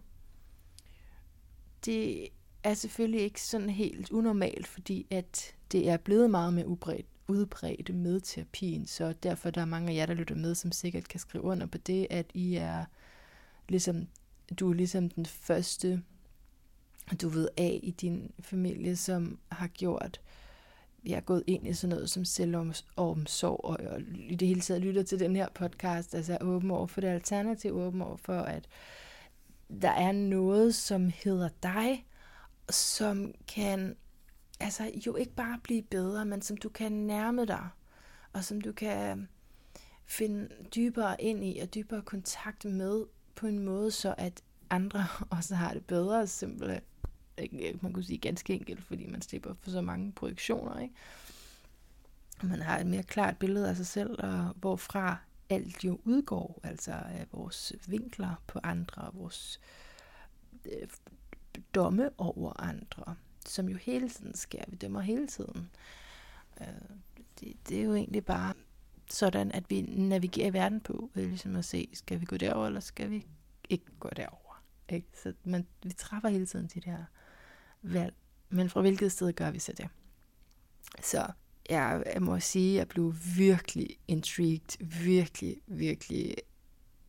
Det er selvfølgelig ikke sådan helt unormalt, fordi at det er blevet meget mere udbredt, udbredt med terapien, så derfor der er mange af jer, der lytter med, som sikkert kan skrive under på det, at I er ligesom, du er ligesom den første, du ved af i din familie, som har gjort, jeg er gået ind i sådan noget som selvomsorg, og, og i det hele taget lytter til den her podcast, altså er åben over for det alternativ, åben over for, at der er noget, som hedder dig, som kan, altså jo ikke bare blive bedre, men som du kan nærme dig, og som du kan finde dybere ind i, og dybere kontakt med, på en måde, så at andre også har det bedre, simpelthen. Man kunne sige ganske enkelt, fordi man slipper for så mange projektioner, ikke? Man har et mere klart billede af sig selv, og hvorfra alt jo udgår, altså af vores vinkler på andre, vores øh, domme over andre, som jo hele tiden sker. Vi dømmer hele tiden. Øh, det, det er jo egentlig bare sådan, at vi navigerer i verden på, ligesom at se, skal vi gå derover, eller skal vi ikke gå derover, ikke? Så man, vi træffer hele tiden de der valg, men fra hvilket sted gør vi så det? Så jeg, jeg må sige, at jeg blev virkelig intrigued, virkelig, virkelig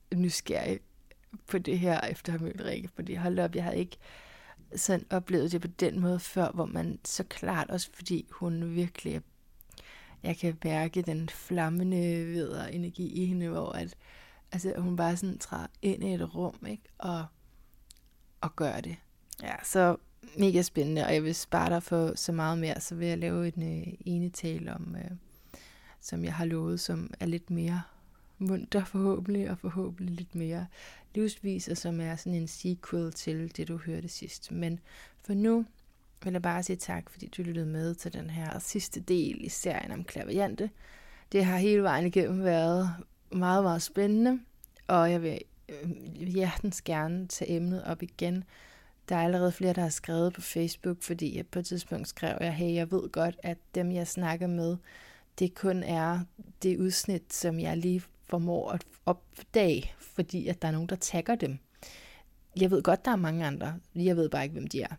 nysgerrig på det her, efter at have mødt Rikke, fordi hold op, jeg havde ikke sådan oplevet det på den måde før, hvor man så klart, også fordi hun virkelig, jeg kan mærke den flammende videre energi i hende, hvor at, altså, hun bare sådan træder ind i et rum, ikke? Og, og gør det. Ja, så mega spændende, og jeg vil spare dig for så meget mere, så vil jeg lave en øh, ene tale om, øh, som jeg har lovet, som er lidt mere munter forhåbentlig, og forhåbentlig lidt mere livsvis, og som er sådan en sequel til det, du hørte sidst. Men for nu vil jeg bare sige tak, fordi du lyttede med til den her sidste del i serien om klaverjante. Det har hele vejen igennem været meget, meget spændende, og jeg vil hjertens gerne tage emnet op igen. Der er allerede flere, der har skrevet på Facebook, fordi jeg på et tidspunkt skrev, jeg, hey, jeg ved godt, at dem, jeg snakker med, det kun er det udsnit, som jeg lige formår at opdage, fordi at der er nogen, der tagger dem. Jeg ved godt, der er mange andre. Jeg ved bare ikke, hvem de er.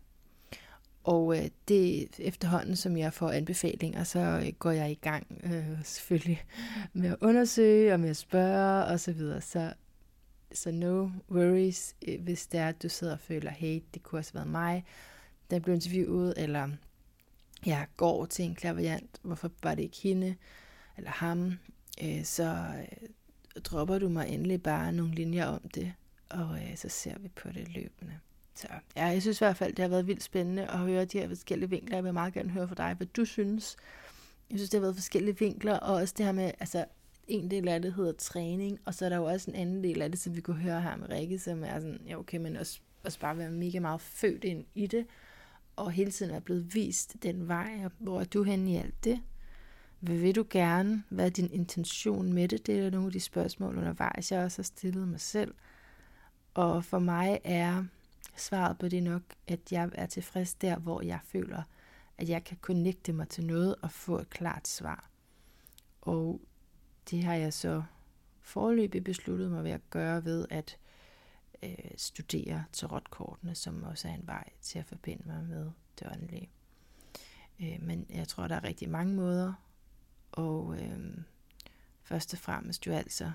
Og øh, det efterhånden, som jeg får anbefalinger, så øh, går jeg i gang øh, selvfølgelig med at undersøge og med at spørge og så videre. Så, så no worries, øh, hvis det er, at du sidder og føler, hey, det kunne også have været mig, der blev interviewet, eller jeg går til en klaverjant, hvorfor var det ikke hende eller ham, øh, så øh, dropper du mig endelig bare nogle linjer om det, og øh, så ser vi på det løbende. Så ja, jeg synes i hvert fald, det har været vildt spændende at høre de her forskellige vinkler. Jeg vil meget gerne høre fra dig, hvad du synes. Jeg synes, det har været forskellige vinkler, og også det her med, altså en del af det hedder træning, og så er der jo også en anden del af det, som vi kunne høre her med Rikke, som er sådan, ja okay, men også, også bare være mega meget født ind i det, og hele tiden er blevet vist den vej, hvor er du henne i alt det? Hvad vil du gerne? Hvad er din intention med det? Det er nogle af de spørgsmål undervejs, jeg også har stillet mig selv. Og for mig er svaret på det nok, at jeg er tilfreds der, hvor jeg føler, at jeg kan connecte mig til noget og få et klart svar. Og det har jeg så foreløbig besluttet mig ved at gøre ved at øh, studere tarotkortene, som også er en vej til at forbinde mig med det åndelige. Øh, men jeg tror, der er rigtig mange måder, og øh, først og fremmest jo altså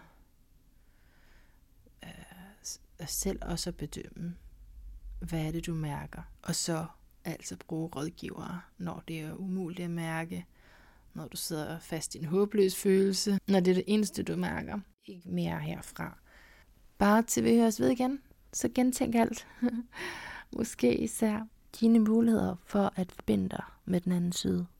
øh, selv også at bedømme, hvad er det, du mærker, og så altså bruge rådgivere, når det er umuligt at mærke, når du sidder fast i en håbløs følelse, når det er det eneste, du mærker. Ikke mere herfra. Bare til vi høres ved igen, så gentænk alt. Måske især dine muligheder for at forbinde dig med den anden side.